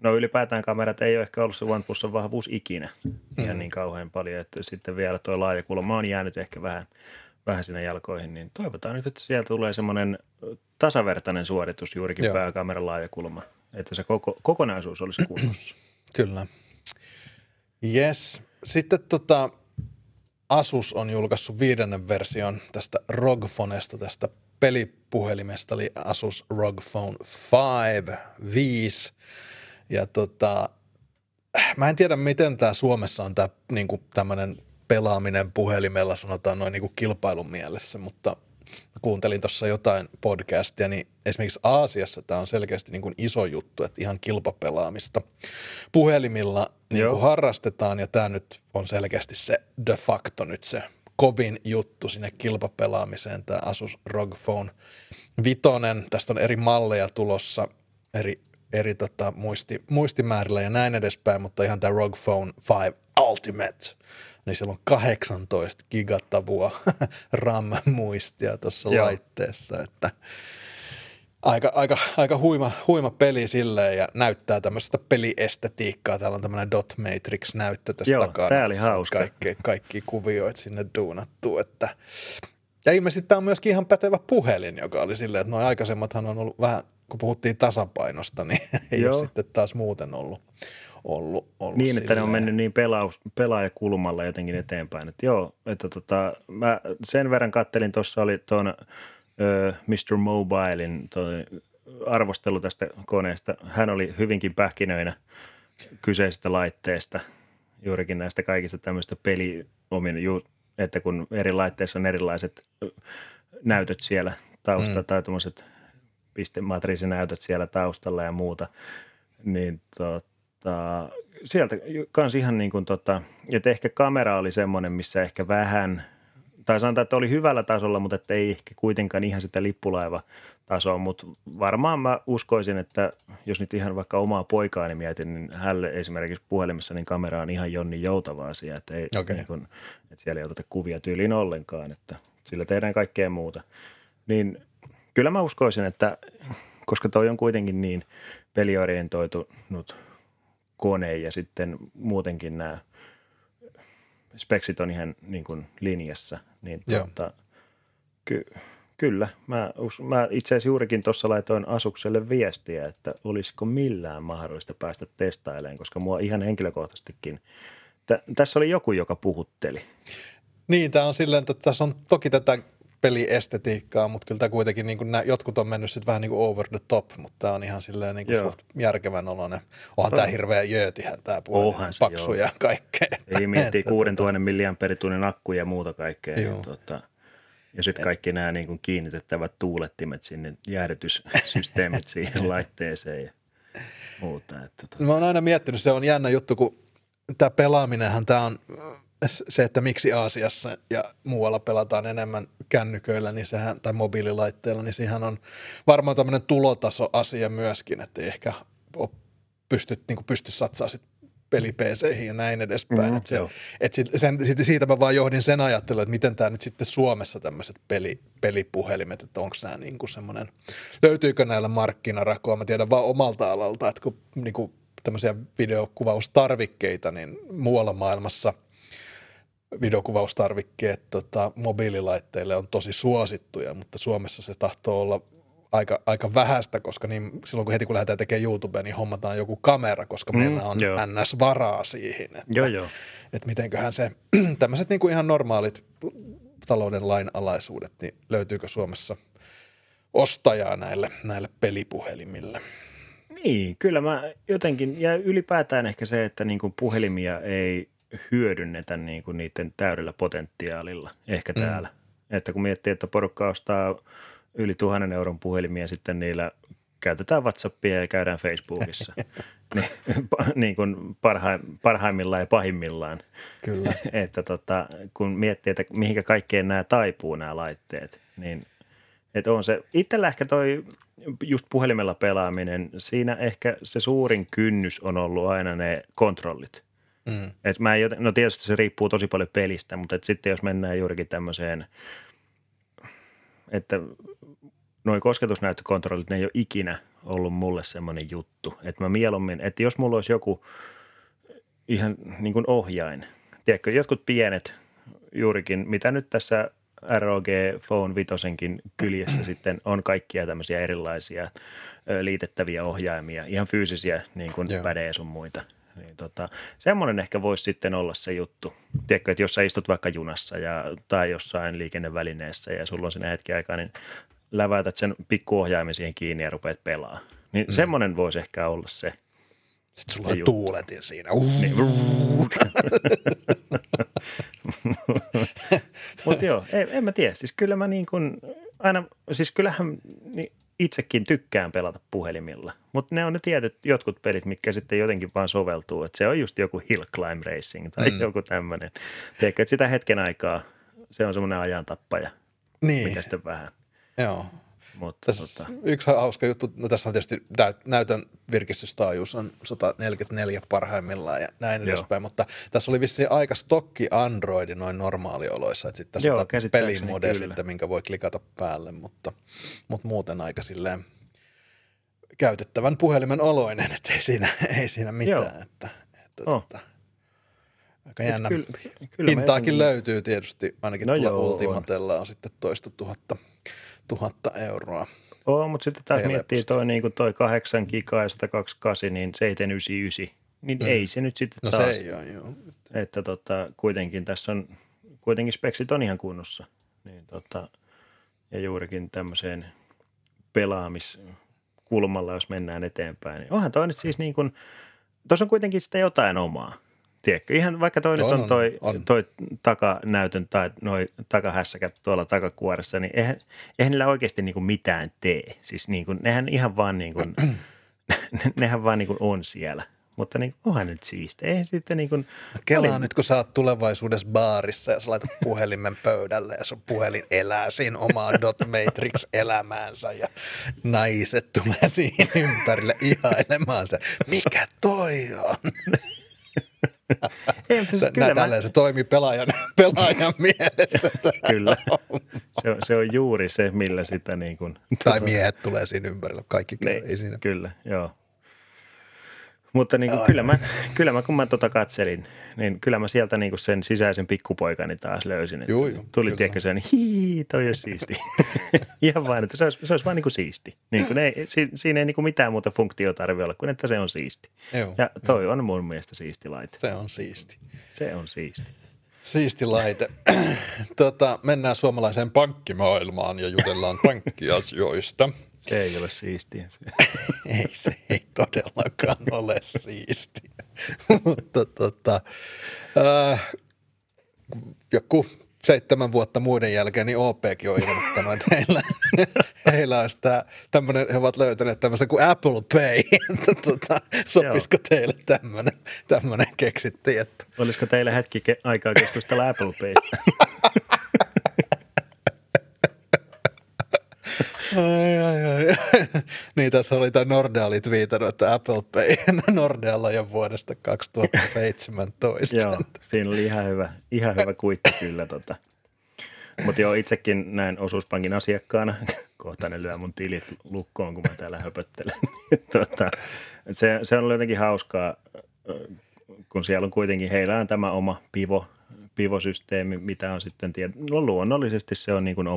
No ylipäätään kamerat ei ole ehkä ollut se OnePlusin vahvuus ikinä ihan niin kauhean paljon, että sitten vielä tuo laajakulma on jäänyt ehkä vähän sinne jalkoihin, niin toivotaan nyt, että sieltä tulee semmoinen tasavertainen suoritus juurikin pääkameran laajakulma, että se kokonaisuus olisi kunnossa. Kyllä. Yes. Sitten Asus on julkaissut 5. version tästä ROG Phonesta, tästä pelipuhelimesta, eli Asus ROG Phone 5. Ja mä en tiedä, miten tämä Suomessa on tämä niinku tämmöinen pelaaminen puhelimella, sanotaan noin niinku kilpailun mielessä, mutta kuuntelin tuossa jotain podcastia, niin esimerkiksi Aasiassa tämä on selkeästi niin kuin iso juttu, että ihan kilpapelaamista puhelimilla niin kuin harrastetaan, ja tämä nyt on selkeästi se de facto nyt se kovin juttu sinne kilpapelaamiseen, tämä Asus ROG Phone 5. Tästä on eri malleja tulossa, eri muistimäärillä ja näin edespäin, mutta ihan tämä ROG Phone 5 Ultimate, niin siellä on 18 gigatavua RAM-muistia tuossa laitteessa, että aika huima peli silleen ja näyttää tämmöistä peliestetiikkaa. Täällä on tämmöinen dot matrix-näyttö tässä takana. Tää oli hauska. Kaikki kuvioit sinne duunattu, että ja ilmeisesti tämä on myöskin ihan pätevä puhelin, joka oli silleen, että nuo aikaisemmathan on ollut vähän, kun puhuttiin tasapainosta, niin ei ole sitten taas muuten ollut niin, silleen. Että ne on mennyt niin pelaajakulmalla jotenkin eteenpäin. Että mä sen verran kattelin, tuossa oli tuon Mr. Mobilein arvostelu tästä koneesta. Hän oli hyvinkin pähkinöinä kyseisestä laitteesta, juurikin näistä kaikista tämmöistä että kun eri laitteissa on erilaiset näytöt siellä taustalla tai tuommoiset pistematriisinäytöt siellä taustalla ja muuta, niin sieltä kans ihan niin kuin että ehkä kamera oli semmoinen, missä ehkä vähän, tai sanotaan, että oli hyvällä tasolla, mutta että ei ehkä kuitenkaan ihan sitä lippulaiva-tasoa, mutta varmaan mä uskoisin, että jos nyt ihan vaikka omaa poikaani mietin, niin hänelle esimerkiksi puhelimessa niin kamera on ihan jonni joutava asia, että, ei, niin kuin, että siellä ei oteta kuvia tyyliin ollenkaan, että sillä tehdään kaikkea muuta. Niin kyllä mä uskoisin, että koska toi on kuitenkin niin peliorientoitunut kone ja sitten muutenkin nämä speksit on ihan niin kuin linjassa, niin kyllä. Mä itse asiassa juurikin tuossa laitoin Asukselle viestiä, että olisiko millään mahdollista päästä testailemaan, koska mua ihan henkilökohtaisestikin, tässä oli joku, joka puhutteli. Niin, tämä on silleen, että tässä on toki tätä peliestetiikkaa, mutta kyllä tämä kuitenkin, niin kuin jotkut on mennyt sitten vähän niin kuin over the top, mutta tämä on ihan silleen niin kuin suht järkevän oloinen. Onhan tämä hirveä jöötihän tämä puhelin, paksu ja kaikkea. Ei miettii 6000 milliamperitunnin akku ja muuta kaikkea. Niin, ja sitten kaikki nämä niin kuin kiinnitettävät tuulettimet sinne, jäähdytyssysteemit siihen laitteeseen ja muuta. Mä oon aina miettinyt, se on jännä juttu, kun tämä pelaaminenhan tämä on se, että miksi Aasiassa ja muualla pelataan enemmän kännyköillä niin sehän, tai mobiililaitteilla, niin siihen on varmaan tämmöinen tulotasoasia myöskin, että ei ehkä pysty satsaamaan sit peli-PC:ihin ja näin edespäin. Siitä mä vaan johdin sen ajattelun, että miten tämä nyt sitten Suomessa tämmöiset pelipuhelimet, että onko nämä niin kuin semmoinen, löytyykö näillä markkinarakoa, mä tiedän vaan omalta alalta, että kun niin kuin tämmöisiä videokuvaustarvikkeita, niin muualla maailmassa videokuvaustarvikkeet mobiililaitteille on tosi suosittuja, mutta Suomessa se tahtoo olla aika vähäistä, koska niin silloin kun lähdetään tekemään YouTubea, niin hommataan joku kamera, koska meillä on NS-varaa siihen. Että mitenköhän se, tämmöiset niin kuin ihan normaalit talouden lainalaisuudet, niin löytyykö Suomessa ostajaa näille pelipuhelimille? Niin, kyllä mä jotenkin, ja ylipäätään ehkä se, että niin kuin puhelimia ei hyödynnetä niin kuin niiden täydellä potentiaalilla ehkä täällä. Että kun miettii, että porukka ostaa yli 1 000 euron puhelimia, sitten niillä käytetään WhatsAppia ja käydään Facebookissa. niin kuin parhaimmillaan ja pahimmillaan. Kyllä. Että kun miettii, että mihinkä kaikkeen nämä taipuu nämä laitteet, niin että on se, itsellä ehkä toi just puhelimella pelaaminen, siinä ehkä se suurin kynnys on ollut aina ne kontrollit. Et no tietysti se riippuu tosi paljon pelistä, mutta sitten jos mennään juurikin tämmöiseen, että noi kosketusnäyttökontrollit, ne ei ole ikinä ollut mulle semmoinen juttu. Että mä mieluummin, että jos mulla olisi joku ihan niin kuin ohjain, tiedätkö, jotkut pienet juurikin, mitä nyt tässä ROG Phone 5 kyljessä sitten on kaikkia tämmöisiä erilaisia liitettäviä ohjaimia, ihan fyysisiä niin kuin pädejä sun muita. Niin semmoinen ehkä voisi sitten olla se juttu. Tiedätkö, että jos sä istut vaikka junassa tai jossain liikennevälineessä ja sulla on siinä hetki aikaa, niin läväytät sen pikkuohjaimen siihen kiinni ja rupeat pelaa. Niin semmoinen voisi ehkä olla se. Sitten sulla on tuuletin siinä. Niin. Mutta joo, en mä tiedä. Siis kyllä mä niin kuin aina, siis kyllähän itsekin tykkään pelata puhelimilla. Mutta ne on ne jotkut pelit, mitkä sitten jotenkin vaan soveltuu. Että se on just joku Hill Climb Racing tai joku tämmöinen. Tiedätkö, että sitä hetken aikaa se on semmoinen ajantappaja. Niin. Mikä sitten vähän. Joo. Mutta yksi hauska juttu, no tässä on tietysti näytön virkistystaajuus on 144 parhaimmillaan ja näin edespäin, mutta tässä oli vissiin aika stokki Androidi noin normaalioloissa, että sitten tässä on pelimode sitten, minkä voi klikata päälle, mutta muuten aika silleen käytettävän puhelimen oloinen, että ei siinä mitään, että aika jännä. Hintaakin löytyy tietysti, ainakin tuolla Ultimatella on sitten toista 1000 euroa. Mutta sitten taas miettii toi 8 gigaa ja 128, niin 799, niin ei se nyt sitten taas. Se ei ole, joo. Että kuitenkin tässä on, kuitenkin speksit on ihan kunnossa. Niin ja juurikin tämmöiseen pelaamiskulmalla, jos mennään eteenpäin. Niin onhan toi nyt siis niin kuin, tuossa on kuitenkin sitä jotain omaa. Tiedätkö, ihan vaikka toi nyt on toi takanäytön tai noi takahässäkät tuolla takakuoressa, niin eihän niillä oikeasti niin kuin mitään tee. Siis niin kuin, nehän ihan vaan niin kuin, nehän vaan niin kuin on siellä. Mutta niin, onhan nyt siistiä. Eihän sitten niin kuin... Kelaa nyt, kun sä oot tulevaisuudessa baarissa ja sä laitat puhelimen pöydälle ja sun puhelin elää siinä omaa Dot Matrix-elämäänsä ja naiset tulee siihen ympärille ihailemaan sitä. Mikä toi on? Ei, siis tälleen se toimii pelaajan mielessä. Kyllä, se on juuri se, millä sitä niin kuin... Tai miehet tulee siinä ympärillä, kaikki ei siinä. Kyllä, joo. Mutta niin kuin, kyllä mä, kun mä katselin, niin kyllä mä sieltä niin kuin sen sisäisen pikkupoikani taas löysin. Joo, tuli tiedätkö sen, toi on siisti. Ihan vain, että se olisi vaan niin kuin siisti. Niin kuin siinä ei niin kuin mitään muuta funktiota tarvitse olla kuin, että se on siisti. Joo, ja toi on mun mielestä siisti laite. Se on siisti. Se on siisti. Siisti laite. Mennään suomalaiseen pankkimaailmaan ja jutellaan pankkiasioista. Se ei ole siistiä. Ei, se ei todellakaan ole siistiä. Mutta joku 7 vuotta muiden jälkeen, niin OPkin on ilmoittanut, että heillä olisi tämmöinen, he ovat löytäneet tämmöisen kuin Apple Pay. Sopisiko teille tämmöinen keksittiin? Että... Olisiko teille hetki aikaa keskustella Apple Paysta? Ai. Niin tässä oli tämä Nordea oli twiitannut, että Apple Pay Nordealla jo vuodesta 2017. Joo, siinä oli ihan hyvä kuitti kyllä. Mutta joo, itsekin näin osuuspankin asiakkaana, kohta ne lyö mun tilit lukkoon, kun mä täällä höpöttelen. Se on jotenkin hauskaa, kun siellä on kuitenkin, heillä on tämä oma pivosysteemi, mitä on sitten, luonnollisesti se on niin kuin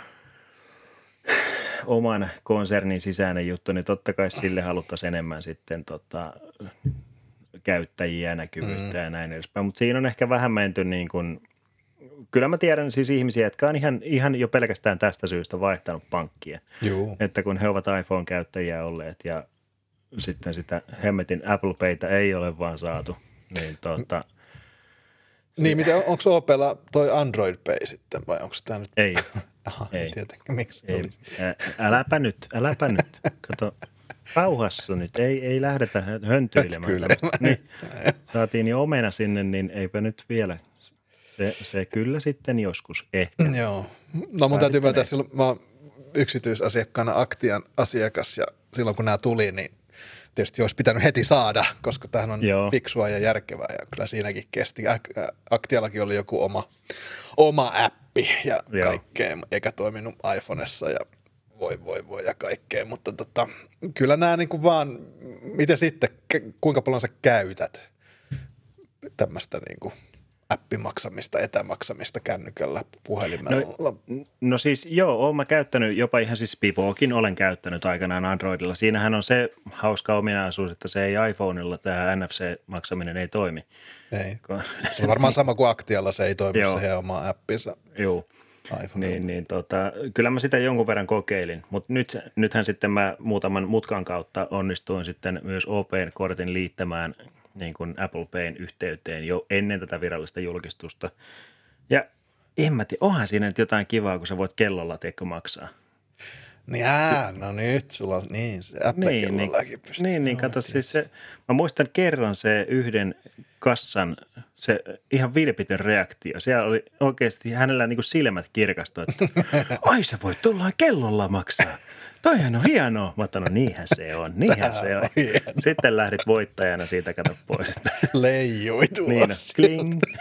oman konsernin sisäinen juttu, niin totta kai sille haluttaisiin enemmän sitten käyttäjiä, näkyvyyttä ja näin edespäin. Mutta siinä on ehkä vähän menty niin kuin, kyllä mä tiedän siis ihmisiä, jotka on ihan jo pelkästään tästä syystä vaihtanut pankkia. Juu. Että kun he ovat iPhone-käyttäjiä olleet ja sitten sitä hemmetin Apple Paytä ei ole vaan saatu, niin Niin, onko Opella toi Android Pay sitten vai onko tämä nyt? Ei. Aha, ei tietenkään. Miksi ei. Äläpä nyt. Kato, rauhassa nyt. Ei lähdetä höntyilemään. Niin, saatiin jo omena sinne, niin eipä nyt vielä. Se kyllä sitten joskus ehkä. Joo. No mun täytyy myöntää, silloin mä oon yksityisasiakkaana Aktian asiakas ja silloin kun nämä tuli, niin tietysti olisi pitänyt heti saada, koska tämähän on fiksua ja järkevää ja kyllä siinäkin kesti. Aktiallakin oli joku oma appi ja kaikkea, eikä toiminut iPhoneessa ja voi ja kaikkea, mutta kyllä nämä niin kuin vaan, miten sitten, kuinka paljon sä käytät tämmöistä niin kuin appimaksamista, etämaksamista kännykällä, puhelimella? No siis joo, oon mä käyttänyt jopa ihan siis Pipoakin olen käyttänyt aikanaan Androidilla. Siinähän on se hauska ominaisuus, että se ei iPhoneilla tämä NFC-maksaminen ei toimi. Ei. Se on varmaan sama kuin Aktialla, se ei toimi se heidän oma appinsa. Joo. Kyllä mä sitä jonkun verran kokeilin, mutta nythän sitten mä muutaman mutkan kautta onnistuin sitten myös OP-kortin liittämään niin kuin Apple Payn yhteyteen jo ennen tätä virallista julkistusta. Ja en mä tiedä, onhan siinä nyt jotain kivaa, kun sä voit kellolla maksaa. No nyt sulla on se Apple-kellollakin pystyy. Niin, kato siis se, mä muistan kerran se yhden kassan, se ihan vilpitön reaktio. Siellä oli oikeasti hänellä niin kuin silmät kirkastui, että ai sä voit tulla kellolla maksaa. Toihan on hienoa. Mä otan, no niinhän se on. Sitten lähdit voittajana siitä, kato pois. Leijui tulossa. Niin, kling.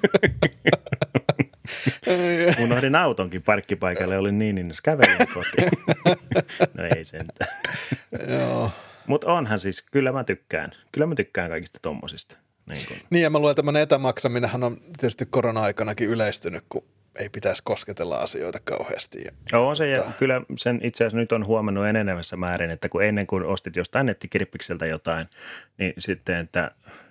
Unohdin autonkin parkkipaikalle, olin niin innossa, kävelin kotiin. No ei sentään. Joo. Mutta onhan siis, kyllä mä tykkään kaikista tommosista. Niin ja mä luulen, että tämmöinen etämaksaminenhan on tietysti korona-aikanakin yleistynyt, kun ei pitäisi kosketella asioita kauheasti. On se, ja kyllä sen itse asiassa nyt on huomannut enenevässä määrin, että kun ennen kuin ostit jostain nettikirppikseltä jotain, niin sitten, että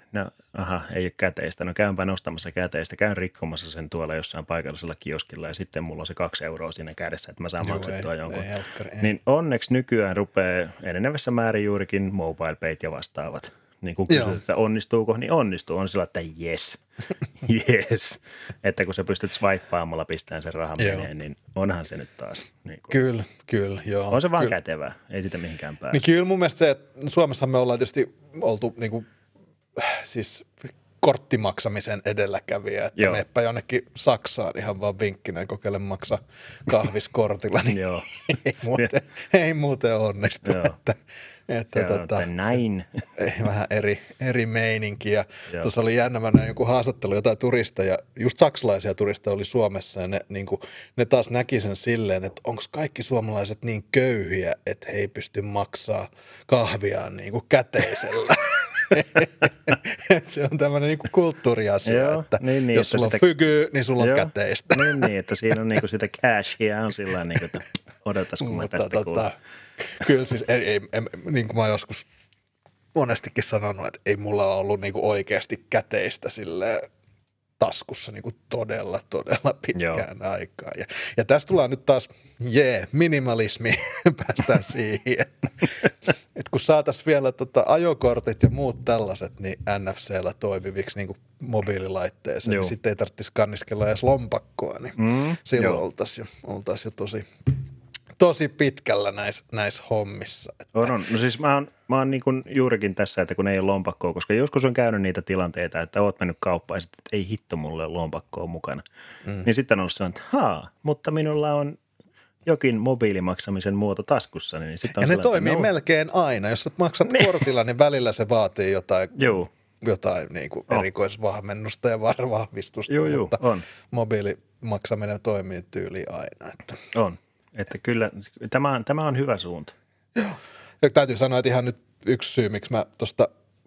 ei ole käteistä. No käympä nostamassa käteistä, käyn rikkomassa sen tuolla jossain paikallisella kioskilla ja sitten mulla on se 2 euroa siinä kädessä, että mä saan maksettua jonkun. Niin onneksi nykyään rupeaa enenevässä määrin juurikin mobile payt ja vastaavat. Niin kun kysyt, että onnistuuko, niin onnistuu. On sillä, että yes. Että kun sä pystyt swipeaamalla pistämään sen rahan meneen, niin onhan se nyt taas. Niin Kyllä, joo. On se vaan kätevää, ei sitä mihinkään pääse. Niin kyllä mun mielestä se, että Suomessa me ollaan tietysti oltu niin kuin, siis korttimaksamisen edelläkävijä, että meppä jonnekin Saksaan ihan vaan vinkkinä kokeile maksaa kahviskortilla, niin ei muuten onnistu. Että näin. Vähän eri meininki. Ja tuossa oli jännä, mä näin joku haastattelu, jotain turisteja, just saksalaisia turisteja oli Suomessa, ja ne taas näki sen silleen, että onko kaikki suomalaiset niin köyhiä, että he ei pysty maksaa kahviaan niin kuin käteisellä. Se on tämmöinen niinku kulttuuriasia, että jos sulla on fygy, niin sulla on käteistä. Niin, että siinä on niinku sitä cashia on sillä niin että odotas, kun mä tästä kuulen. Kyllä siis, niin kuin mä joskus monestikin sanonut, että ei mulla ollut niinku oikeasti käteistä silleen taskussa niinku todella pitkään aikaan. Ja tästä tullaan nyt taas, minimalismi, päästään siihen, että kun saataisiin vielä ajokortit ja muut tällaiset niin NFC:llä toimiviksi niinku mobiililaitteeseen, niin sitten ei tarvitsisi kanniskella edes lompakkoa, niin silloin oltaisiin jo tosi pitkällä näissä hommissa. Että. On. No siis mä oon niin kuin juurikin tässä, että kun ei ole lompakkoa, koska joskus on käynyt niitä tilanteita, että oot mennyt kauppaan ja sitten, että ei hitto mulle lompakkoa mukana. Niin sitten on ollut sellainen, että mutta minulla on jokin mobiilimaksamisen muoto taskussa. Niin ja ne toimii melkein aina. Jos sä maksat kortilla, niin välillä se vaatii jotain niin kuin erikoisvahvennusta ja vahvistusta, mutta mobiilimaksaminen toimii tyyliin aina. Että. On. Että kyllä, tämä on hyvä suunta. Joo. Ja täytyy sanoa, että ihan nyt yksi syy, miksi mä tuosta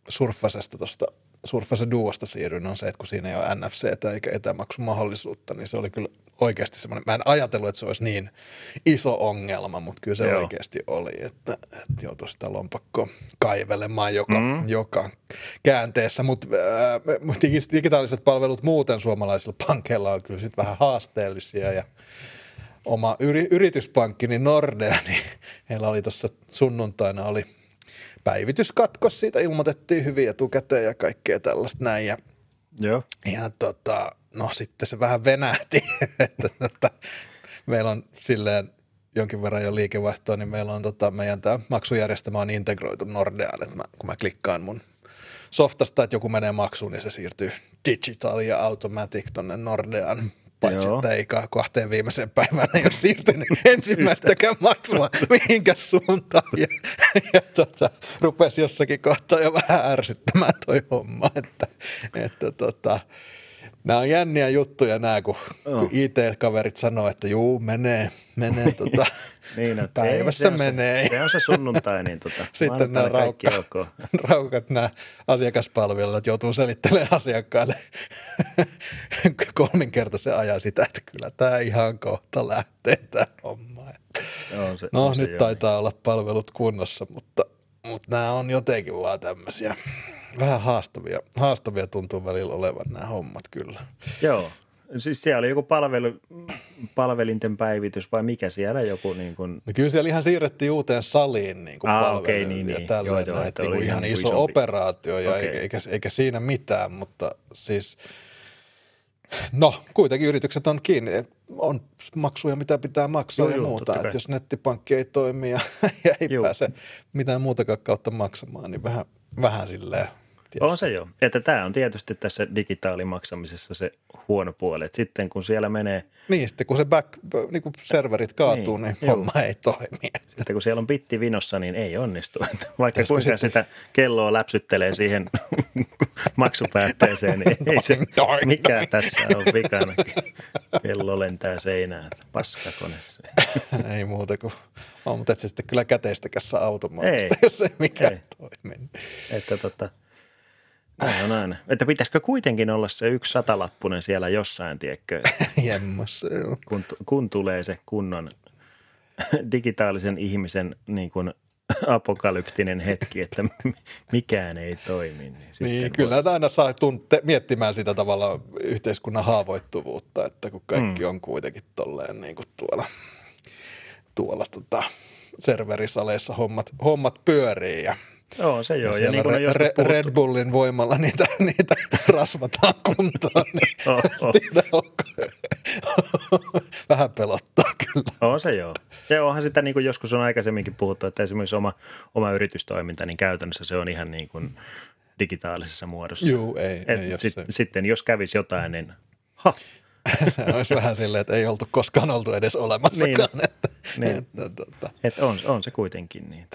Surface Duosta siirryin, on se, että kun siinä ei ole NFC:tä eikä etämaksumahdollisuutta, niin se oli kyllä oikeasti semmoinen, mä en ajatellut, että se olisi niin iso ongelma, mutta kyllä se oikeasti oli, että joutui sitä lompakkoa kaivelemaan joka käänteessä, mutta digitaaliset palvelut muuten suomalaisilla pankeilla on kyllä sitten vähän haasteellisia ja oma yrityspankki, niin Nordea, niin heillä oli tuossa sunnuntaina oli päivityskatkos, siitä ilmoitettiin hyvin etukäteen ja kaikkea tällaista näin. Ja sitten se vähän venähti, että meillä on silleen jonkin verran jo liikevaihtoa, niin meillä on meidän tämä maksujärjestelmä on integroitu Nordeaan, että kun mä klikkaan mun softasta, että joku menee maksuun, niin se siirtyy digital ja automatic tonne Nordeaan. Paitsi, että ei 2 viimeiseen päivään ei ole siirtynyt ensimmäistäkään maksua mihinkään suuntaan. Ja rupesi jossakin kohtaa jo vähän ärsyttämään toi homma. Nämä on jänniä juttuja nämä, kun IT-kaverit sanoo, että juu, menee niin, päivässä menee. Se on se sunnuntai, niin sitten nämä raukat, nämä asiakaspalvelijat joutuu selittelemään asiakkaille kolminkertaisen ajan sitä, että kyllä tämä ihan kohta lähtee tämä homma. Nyt taitaa olla palvelut kunnossa, mutta nämä on jotenkin vaan tämmöisiä vähän haastavia tuntuu välillä olevan nämä hommat kyllä. Joo, siis siellä oli joku palvelinten päivitys vai mikä siellä joku niin kuin... No kyllä siellä ihan siirrettiin uuteen saliin niin kuin palveluja ja tällainen, joo, että niin ihan iso isompi operaatio ja eikä siinä mitään, mutta siis kuitenkin yritykset on kiinni, on maksuja mitä pitää maksaa ja muuta, että jos nettipankki ei toimi ja ei pääse mitään muutakaan kautta maksamaan, niin vähän silleen. Tietysti. On se jo, että tämä on tietysti tässä digitaalimaksamisessa se huono puoli, että sitten kun siellä menee... Niin, sitten kun se niin kun serverit kaatuu, niin homma ei toimi. Sitten kun siellä on bitti vinossa, niin ei onnistu. Vaikka kuinka sitä kelloa läpsyttelee siihen maksupäätteeseen, niin ei se mikään tässä on vikana. Kello lentää seinään, paskakone. Ei muuta kuin, mutta et se sitten kyllä käteistäkäs saa automaattista, jos ei mikään toimi. Että näin on aina. Että pitäisikö kuitenkin olla se 1 100-lappunen siellä jossain, tiedätkö? Jemmassa, joo. Kun tulee se kunnon digitaalisen ihmisen niin kuin apokalyptinen hetki, että mikään ei toimi. Niin kyllä aina saa miettimään sitä tavalla yhteiskunnan haavoittuvuutta, että kun kaikki on kuitenkin tolleen niin kuin tuolla serverisaleissa hommat pyörii ja se joo. Ja niin Red Bullin voimalla niitä rasvataan kuntoon, niin vähän pelottaa kyllä. Se joo. Ja onhan sitä niin kuin joskus on aikaisemminkin puhuttu, että esimerkiksi oma yritystoiminta, niin käytännössä se on ihan niin kuin digitaalisessa muodossa. Joo, ei sitten jos kävisi jotain, niin se olisi vähän silleen, että ei koskaan oltu edes olemassakaan. Että on se kuitenkin niin.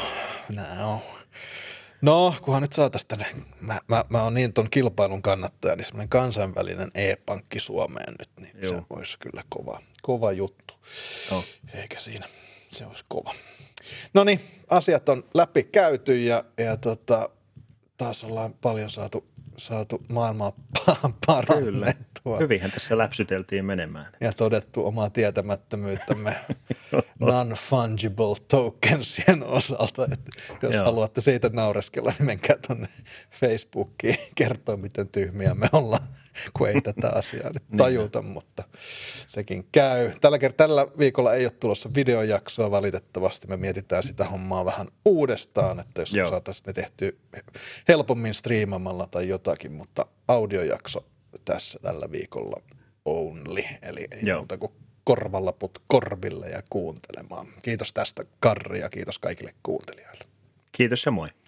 No, kunhan nyt saataisiin tänne, mä oon niin ton kilpailun kannattaja, niin semmoinen kansainvälinen e-pankki Suomeen nyt, niin se olisi kyllä kova juttu. Eikä siinä, se olisi kova. No niin, asiat on läpi käyty ja taas ollaan paljon saatu maailmaa parannettua. Hyvinhän tässä läpsyteltiin menemään. Ja todettu omaa tietämättömyyttämme non-fungible tokensien osalta. Että jos haluatte siitä naureskella, niin menkää tuonne Facebookiin kertoa, miten tyhmiä me ollaan, kun ei tätä asiaa nyt tajuta, mutta sekin käy. Tällä viikolla ei ole tulossa videojaksoa valitettavasti. Me mietitään sitä hommaa vähän uudestaan, että jos saataisiin ne tehtyä helpommin striimamalla tai jotakin, mutta audiojakso tässä tällä viikolla only, eli ei muuta kuin korvalaput korville ja kuuntelemaan. Kiitos tästä, Karri, ja kiitos kaikille kuuntelijoille. Kiitos ja moi.